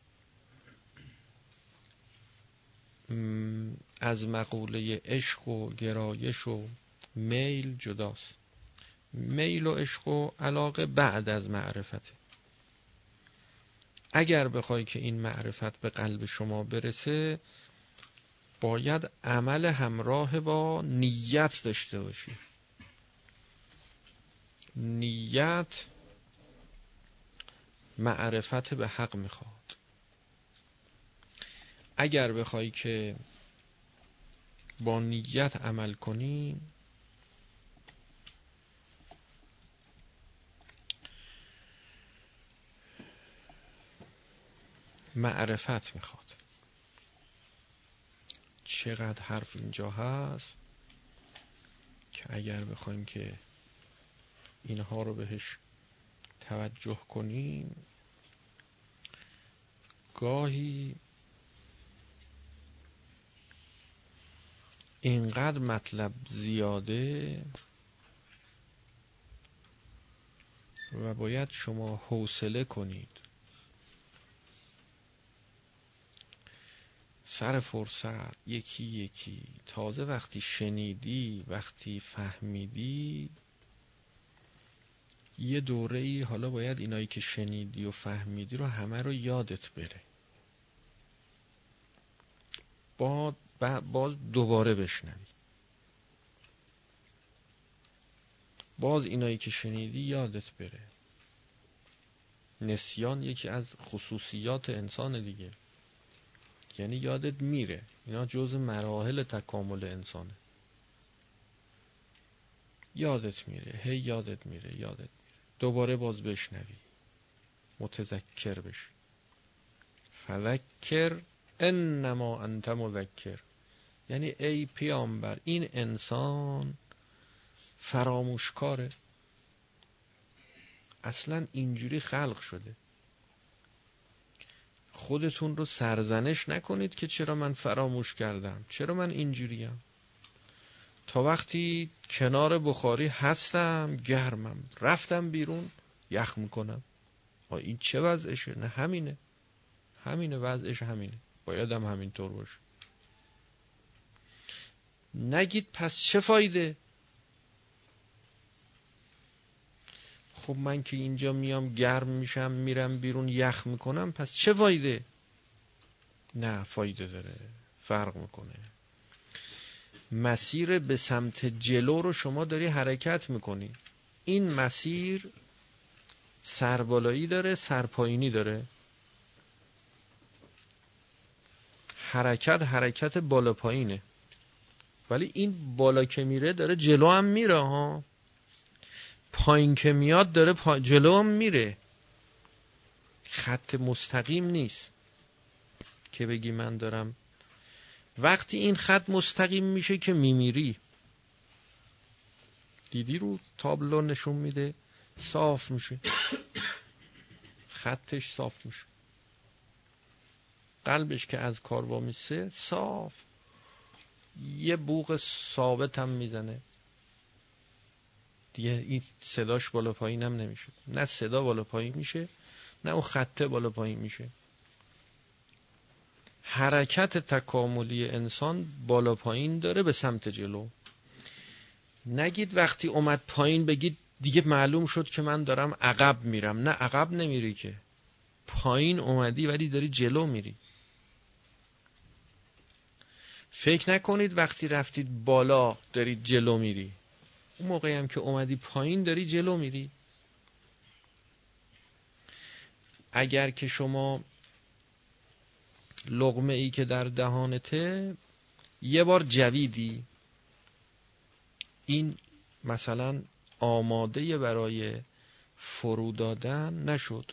از مقوله عشق و گرایش و میل جداست. میل و عشق و علاقه بعد از معرفته. اگر بخوای که این معرفت به قلب شما برسه، باید عمل همراه با نیت داشته باشی. نیت معرفت به حق میخواد. اگر بخوای که با نیت عمل کنی، معرفت میخواد. چقدر حرف اینجا هست که اگر بخوایم که اینها رو بهش توجه کنیم، گاهی اینقدر مطلب زیاده و باید شما حوصله کنید سر فرصت یکی یکی. تازه وقتی شنیدی، وقتی فهمیدی، یه دوره‌ای حالا باید اینایی که شنیدی و فهمیدی رو همه رو یادت بره، باز دوباره بشنوی، باز اینایی که شنیدی یادت بره. نسیان یکی از خصوصیات انسان دیگه، یعنی یادت میره. اینا جزء مراحل تکامل انسانه. یادت میره، هی یادت میره، دوباره باز بشنوی، متذکر بشی. فذکر انما انت مذکر، یعنی ای پیامبر این انسان فراموشکاره، اصلا اینجوری خلق شده. خودتون رو سرزنش نکنید که چرا من فراموش کردم، چرا من اینجوریم. تا وقتی کنار بخاری هستم گرمم، رفتم بیرون یخ میکنم. این چه وضعشه؟ نه همینه وضعش همینه، بایدم همینطور باشه. نگید پس چه فایده؟ خب من که اینجا میام گرم میشم، میرم بیرون یخ میکنم، پس چه فایده؟ نه فایده داره، فرق میکنه. مسیر به سمت جلو رو شما داری حرکت میکنی. این مسیر سربالایی داره، سرپایینی داره. حرکت بالا پایینه، ولی این بالا که میره داره جلو هم میره ها، پایین که میاد داره جلو هم میره. خط مستقیم نیست که بگی من دارم. وقتی این خط مستقیم میشه که میمیری. دیدی رو تابلو نشون میده صاف میشه، خطش صاف میشه. قلبش که از کار وامیسته صاف، یه بوق ثابت هم میزنه دیگه. این صداش بالا پایین هم نمیشه، نه صدا بالا پایین میشه نه اون خطه بالا پایین میشه. حرکت تکاملی انسان بالا پایین داره به سمت جلو. نگید وقتی اومد پایین بگید دیگه معلوم شد که من دارم عقب میرم. نه عقب نمیری که، پایین اومدی ولی داری جلو میری. فکر نکنید وقتی رفتید بالا دارید جلو میری، اون موقعی هم که اومدی پایین داری جلو میری. اگر که شما لقمه ای که در دهانته یه بار جویدی، این مثلا آماده برای فرو دادن نشد،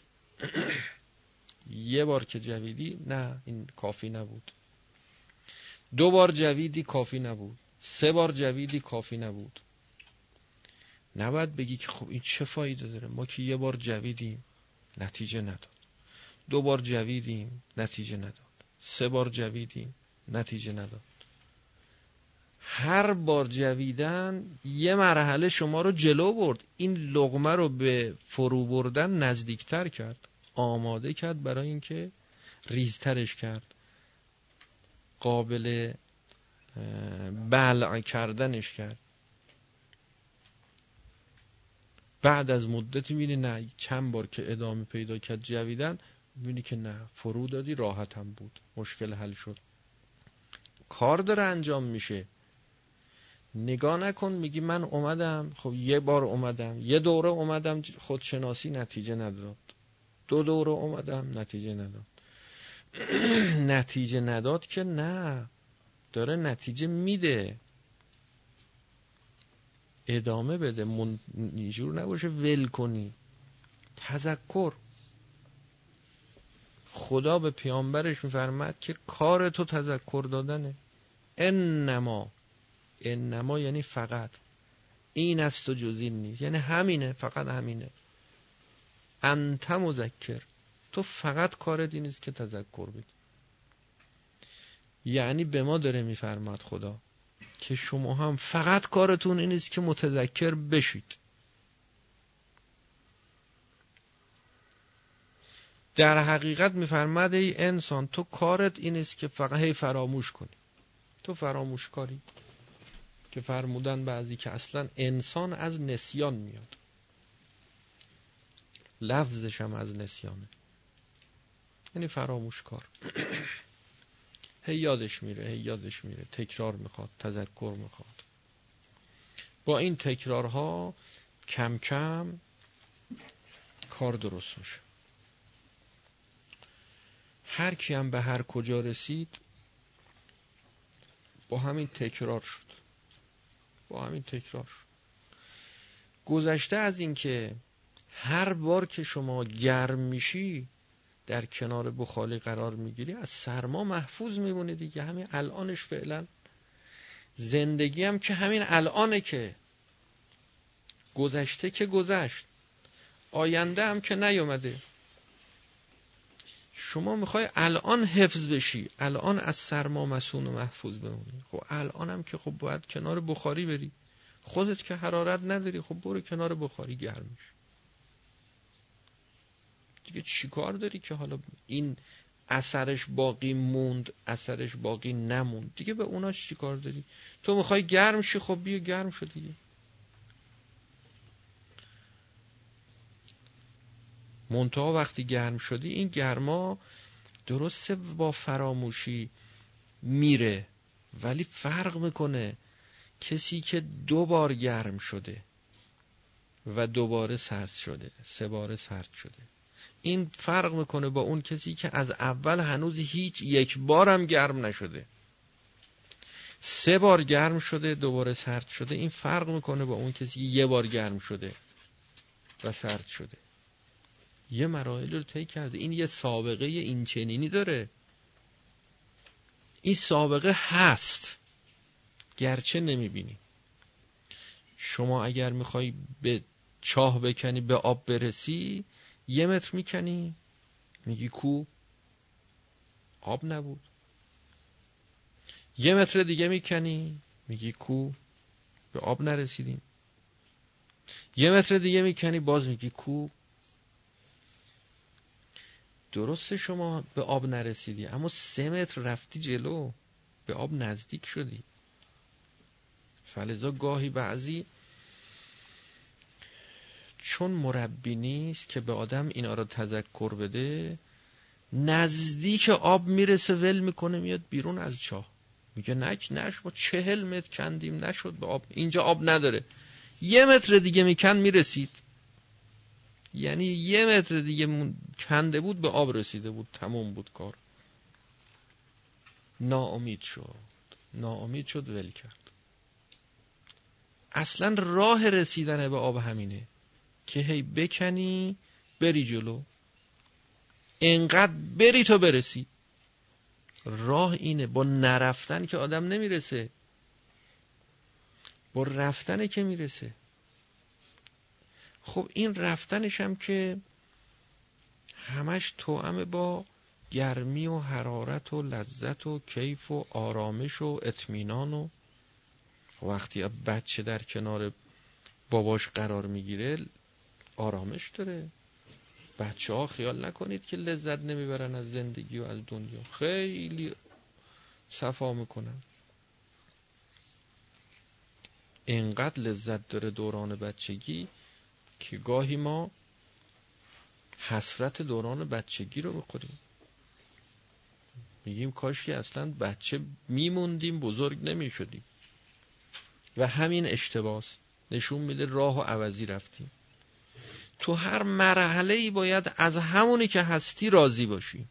یه بار که جویدی نه این کافی نبود، 2 بار جویدی کافی نبود، 3 بار جویدی کافی نبود. نباید بگی که خب این چه فایده داره، ما که یه بار جویدیم نتیجه نداد، 2 بار جویدیم نتیجه نداد، 3 بار جویدیم نتیجه نداد. هر بار جویدن یه مرحله شما رو جلو برد، این لقمه رو به فرو بردن نزدیکتر کرد، آماده کرد برای اینکه ریزترش کرد، قابل بلع کردنش کرد. بعد از مدتی میبینی نه، چند بار که ادامه پیدا کرد جویدن، میبینی که نه فرو دادی، راحت هم بود، مشکل حل شد. کار داره انجام میشه. نگاه نکن میگی من اومدم، خب یه بار اومدم، یه دوره اومدم خودشناسی نتیجه نداد، 2 دوره اومدم نتیجه نداد. نتیجه نداد که نه، داره نتیجه میده، ادامه بده، اینجور نباشه ول کنی. تذکر خدا به پیامبرش میفرماد که کار تو تذکر دادنه. انما یعنی فقط، این است و جز این نیست، یعنی همینه، فقط همینه. انت مذکر، تو فقط کارت این است که تذکر بدی. یعنی به ما داره میفرماد خدا که شما هم فقط کارتون این است که متذکر بشید. در حقیقت میفرماد ای انسان، تو کارت این است که فقط هی فراموش کنی. تو فراموش کاری که فرمودن بعضی که اصلا انسان از نسیان میاد، لفظش هم از نسیانه، یعنی فراموش کار. هی یادش میره، تکرار میخواد، تذکر میخواد. با این تکرارها کم کم کار درست میشه. هر کی هم به هر کجا رسید با همین تکرار شد. گذشته از این که هر بار که شما گرم میشی در کنار بخاری قرار میگیری از سرما محفوظ میمونی دیگه. همین الانش فعلا زندگی هم که همین الانه، که گذشته که گذشت، آینده هم که نیومده. شما میخوای الان حفظ بشی، الان از سرما مسون و محفوظ بمونی. خب الان هم که خب باید کنار بخاری بری. خودت که حرارت نداری، خب برو کنار بخاری گرم میش. دیگه چی کار داری که حالا این اثرش باقی موند، اثرش باقی نموند، دیگه به اونا چی کار داری؟ تو میخوای گرم شی، خب بیا گرم شو دیگه. منتها وقتی گرم شدی، این گرما درسته با فراموشی میره، ولی فرق میکنه کسی که 2 بار گرم شده و دوباره سرد شده، 3 بار سرد شده. این فرق میکنه با اون کسی که از اول هنوز هیچ 1 بارم گرم نشده، 3 بار گرم شده دوباره سرد شده. این فرق میکنه با اون کسی که 1 بار گرم شده و سرد شده. یه مراحل رو طی کرده. این یه سابقه این چنینی داره. این سابقه هست گرچه نمیبینی. شما اگر میخوای به چاه بکنی، به آب برسی، 1 متر میکنی، میگی کو؟ آب نبود. 1 متر دیگه میکنی، میگی کو؟ به آب نرسیدیم. 1 متر دیگه میکنی، باز میگی کو؟ درسته شما به آب نرسیدی، اما 3 متر رفتی جلو، به آب نزدیک شدی. فلذا گاهی بعضی چون مربی نیست که به آدم اینا رو تذکر بده، نزدیک آب میرسه، ول میکنه، میاد بیرون از چاه، میگه نش ما 40 متر کندیم نشد به آب، اینجا آب نداره. 1 متر دیگه میکند میرسید. یعنی 1 متر دیگه کنده بود به آب رسیده بود، تموم بود کار. ناامید شد، ول کرد. اصلا راه رسیدن به آب همینه که هی بکنی بری جلو، انقدر بری تا برسی. راه اینه. با نرفتن که آدم نمیرسه، با رفتنه که میرسه. خب این رفتنش هم که همش توأم با گرمی و حرارت و لذت و کیف و آرامش و اطمینان. و وقتی بچه در کنار باباش قرار میگیره آرامش داره. بچه ها خیال نکنید که لذت نمیبرن از زندگی و از دنیا، خیلی صفا میکنن. اینقدر لذت داره دوران بچگی که گاهی ما حسرت دوران بچگی رو بخوریم، میگیم کاش که اصلا بچه میموندیم، بزرگ نمیشدیم. و همین اشتباس نشون میده راه و عوضی رفتیم. تو هر مرحله‌ای باید از همونی که هستی راضی باشی.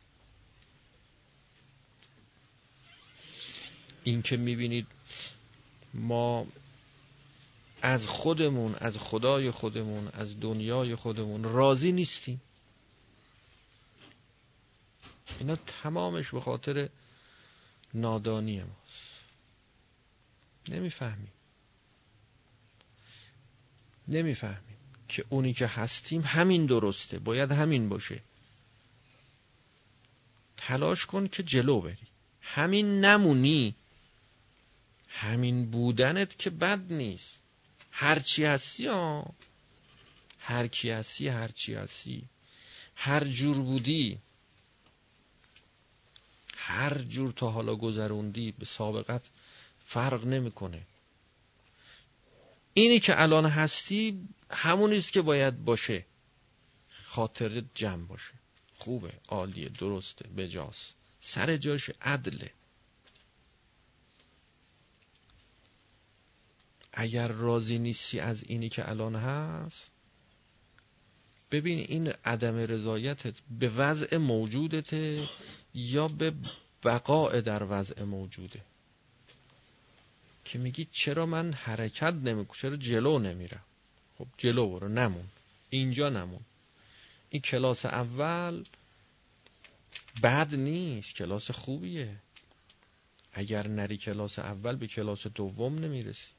این که میبینید ما از خودمون، از خدای خودمون، از دنیای خودمون راضی نیستیم. اینا تمامش به خاطر نادانی ماست. نمیفهمیم که اونی که هستیم همین درسته، باید همین باشه. تلاش کن که جلو بری. همین نمونی، همین بودنت که بد نیست. هرچی هستی هر کی هستی، هر جور بودی، هر جور تا حالا گذروندی، به سابقت فرق نمیکنه. اینی که الان هستی همونیست که باید باشه. خاطرت جمع باشه، خوبه، عالیه، درسته، بجاست، سر جاش، عدله. اگر راضی نیستی از اینی که الان هست، ببین این عدم رضایتت به وضع موجودته یا به بقاء در وضع موجوده، که میگی چرا من حرکت نمیکنم، چرا جلو نمیرم. خب جلو برو، نمون اینجا، نمون. این کلاس اول بد نیست، کلاس خوبیه. اگر نری کلاس اول به کلاس دوم نمیرسی.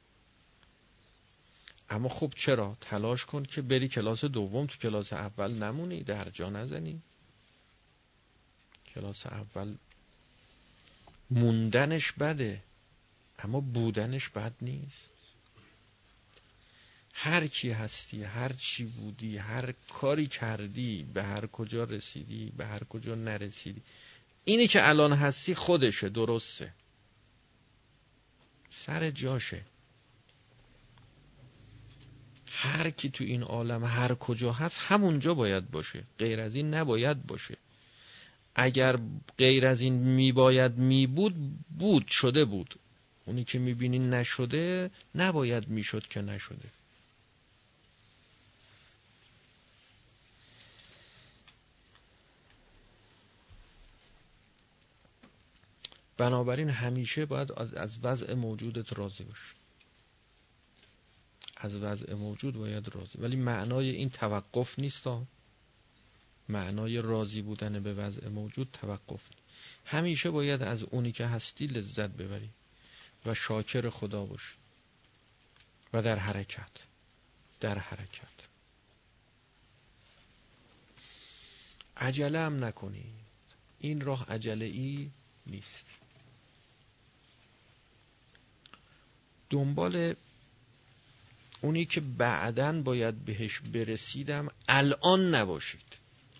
اما خب چرا؟ تلاش کن که بری کلاس دوم، تو کلاس اول نمونی، در جا نزنی. کلاس اول موندنش بده، اما بودنش بد نیست. هر کی هستی، هر چی بودی، هر کاری کردی، به هر کجا رسیدی، به هر کجا نرسیدی، اینی که الان هستی خودشه، درسته، سر جاشه. هر کی تو این عالم هر کجا هست همونجا باید باشه، غیر از این نباید باشه. اگر غیر از این میباید میبود، بود، شده بود. اونی که میبینی نشده، نباید میشد که نشده. بنابراین همیشه باید از وضع موجودت راضی باشی. از وضع موجود باید راضی، ولی معنای این توقف نیست. معنای راضی بودن به وضع موجود توقف نیست. همیشه باید از اونی که هستی لذت ببری و شاکر خدا باشی و در حرکت. عجله هم نکنی، این راه عجله ای نیست. دنبال اونی که بعداً باید بهش برسیدم الان نباشید.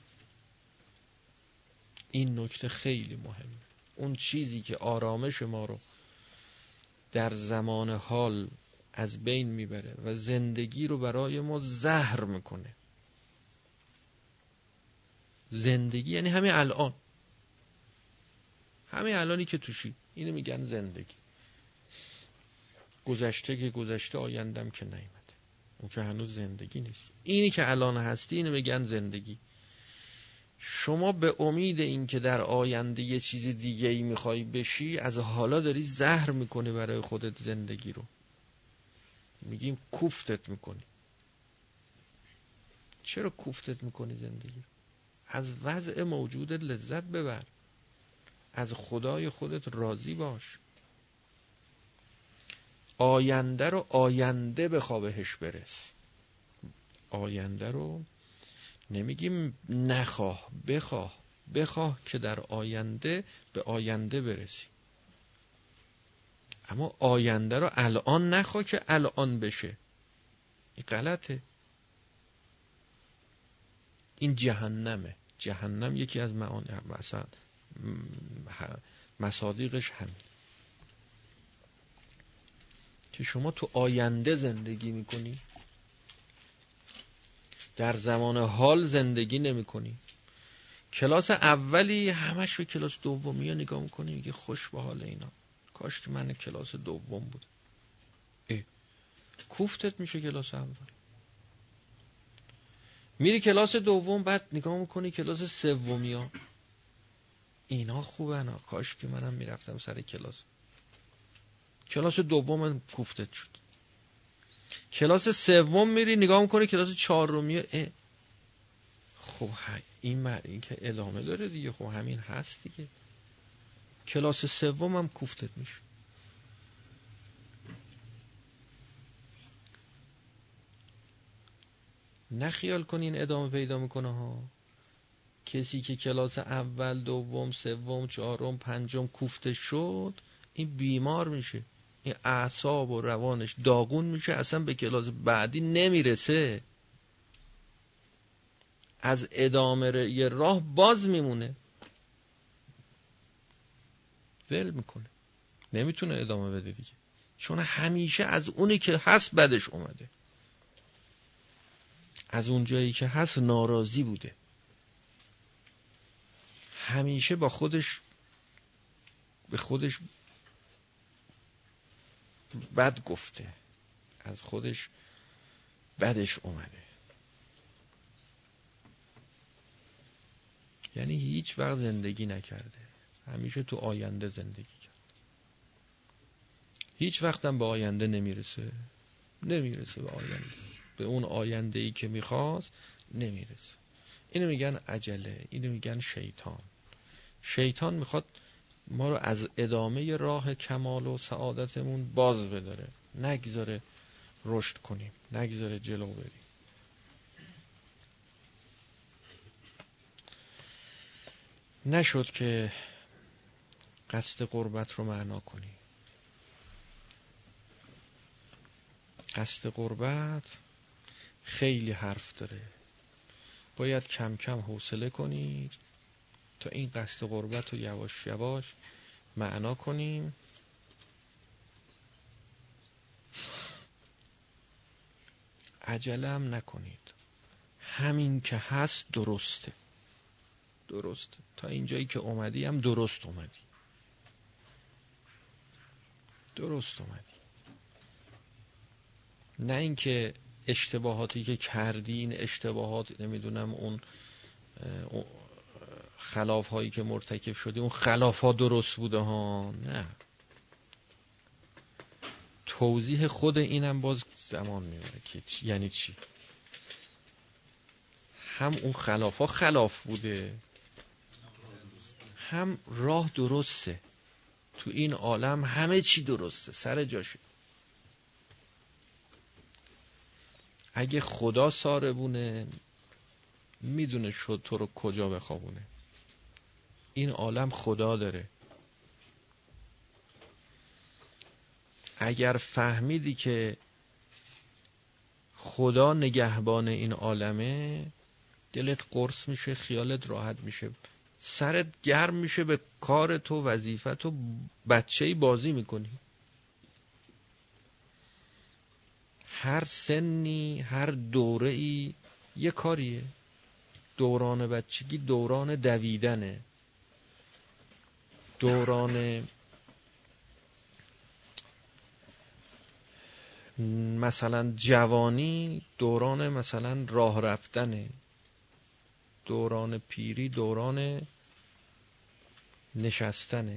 این نکته خیلی مهمه. اون چیزی که آرامش ما رو در زمان حال از بین میبره و زندگی رو برای ما زهر میکنه. زندگی یعنی همین الان، همین الانی که توشی، اینو میگن زندگی. گذشته که گذشته، آیندم که نیامده، اون که هنوز زندگی نیست. اینی که الان هستی اینو میگن زندگی. شما به امید این که در آینده یه چیز دیگه ای میخوای بشی، از حالا داری زهر میکنی برای خودت زندگی رو. میگیم کوفتت میکنی. چرا کوفتت میکنی زندگی؟ از وضع موجودت لذت ببر، از خدای خودت راضی باش. آینده رو آینده بخواه بهش برس. آینده رو نمیگیم نخواه، بخواه که در آینده به آینده برسی. اما آینده رو الان نخواه که الان بشه، این غلطه. این جهنمه. جهنم یکی از معانی مثلا مصادیقش همین، که شما تو آینده زندگی میکنی، در زمان حال زندگی نمی کنی. کلاس اولی همش به کلاس دومی ها نگاه میکنی، میگه خوش به حال اینا، کاش که من کلاس دوم بود. کوفتت میشه کلاس اول. میری کلاس دوم، بعد نگاه میکنی کلاس سومی ها، اینا خوبه، نه کاش که منم میرفتم سر کلاس دوم کوفتت شد. کلاس سوم میری نگاه میکنی کلاس چهارمی، خب این که ادامه داره دیگه. خب همین هست دیگه. کلاس سوم هم کوفتت میشه. نه خیال کنین ادامه پیدا میکنه ها. کسی که کلاس اول، دوم، سوم، چهارم، پنجم کوفته شد، این بیمار میشه، این اعصاب و روانش داغون میشه، اصلا به کلاس بعدی نمیرسه، از ادامه یه راه باز میمونه، ول میکنه، نمیتونه ادامه بده دیگه، چون همیشه از اونی که هست بدش اومده، از اون جایی که هست ناراضی بوده، همیشه به خودش بد گفته، از خودش بدش اومده، یعنی هیچ وقت زندگی نکرده، همیشه تو آینده زندگی کرد، هیچ وقت هم به آینده نمیرسه به آینده، به اون آینده‌ای که میخواست نمیرسه. اینو میگن عجله، اینو میگن شیطان میخواد ما رو از ادامه راه کمال و سعادتمون باز بداره، نگذاره رشد کنیم، نگذاره جلو بریم. نشد که قصد قربت رو معنا کنی. قصد قربت خیلی حرف داره، باید کم کم حوصله کنید تا این قصد قربت رو یواش یواش معنا کنیم. عجله هم نکنید، همین که هست درسته، تا اینجایی که اومدی هم درست اومدی. نه اینکه اشتباهاتی که کردی، این اشتباهات نمیدونم اون خلاف هایی که مرتکب شدی اون خلاف ها درست بوده ها، نه، توضیح خود اینم باز زمان میبره که یعنی چی. هم اون خلاف ها خلاف بوده، هم راه درسته، تو این عالم همه چی درسته، سر جاشه. اگه خدا ساربونه میدونه شد تو رو کجا بخوابونه. این عالم خدا داره. اگر فهمیدی که خدا نگهبان این عالمه، دلت قرص میشه، خیالت راحت میشه، سرت گرم میشه به کار تو، وظیفه تو، بچه‌ای بازی میکنی. هر سنی، هر دوره‌ای یه کاریه. دوران بچگی دوران دویدنه، دوران مثلا جوانی دوران مثلا راه رفتنه، دوران پیری دوران نشستنه،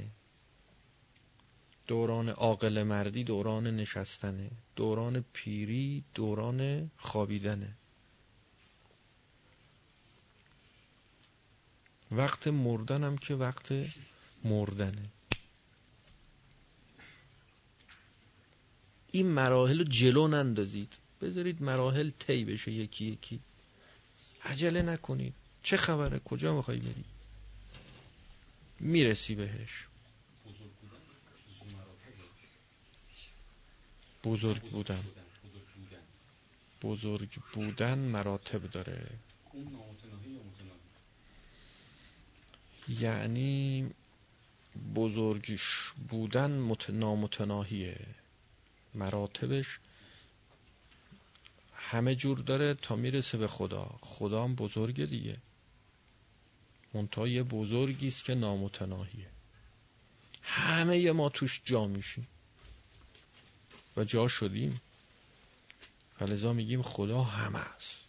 دوران عاقل مردی دوران نشستنه، دوران پیری دوران خوابیدنه، وقت مردنم که وقت مردنه. این مراحل رو جلو نندازید، بذارید مراحل طی بشه یکی یکی. عجله نکنید. چه خبره؟ کجا میخوای بری؟ میرسی بهش. بزرگ بودن مراتب داره. یعنی بزرگ بودن نامتناهیه، مراتبش همه جور داره تا میرسه به خدا. خدا هم بزرگه دیگه، منتها یه بزرگیست که نامتناهیه، همه ما توش جا میشیم و جا شدیم، فلذا میگیم خدا همه است،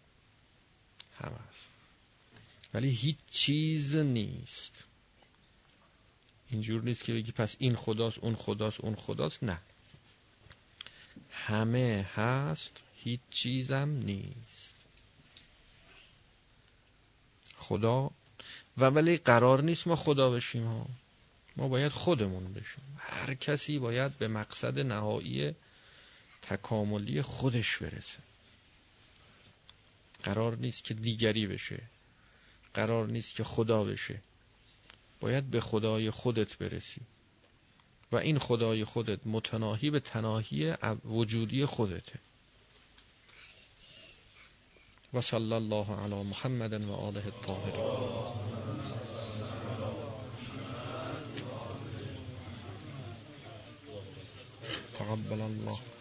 ولی هیچ چیز نیست. اینجور نیست که بگی پس این خداست، اون خداست، نه، همه هست، هیچ چیزم نیست. خدا و ولی قرار نیست ما خدا بشیم ها. ما باید خودمون بشیم. هر کسی باید به مقصد نهایی تکاملی خودش برسه. قرار نیست که دیگری بشه، قرار نیست که خدا بشه. باید به خدای خودت برسی و این خدای خودت متناهی به تناهی وجودی خودته. و صلی الله علی محمد و آله الطاهرین. تقبل الله.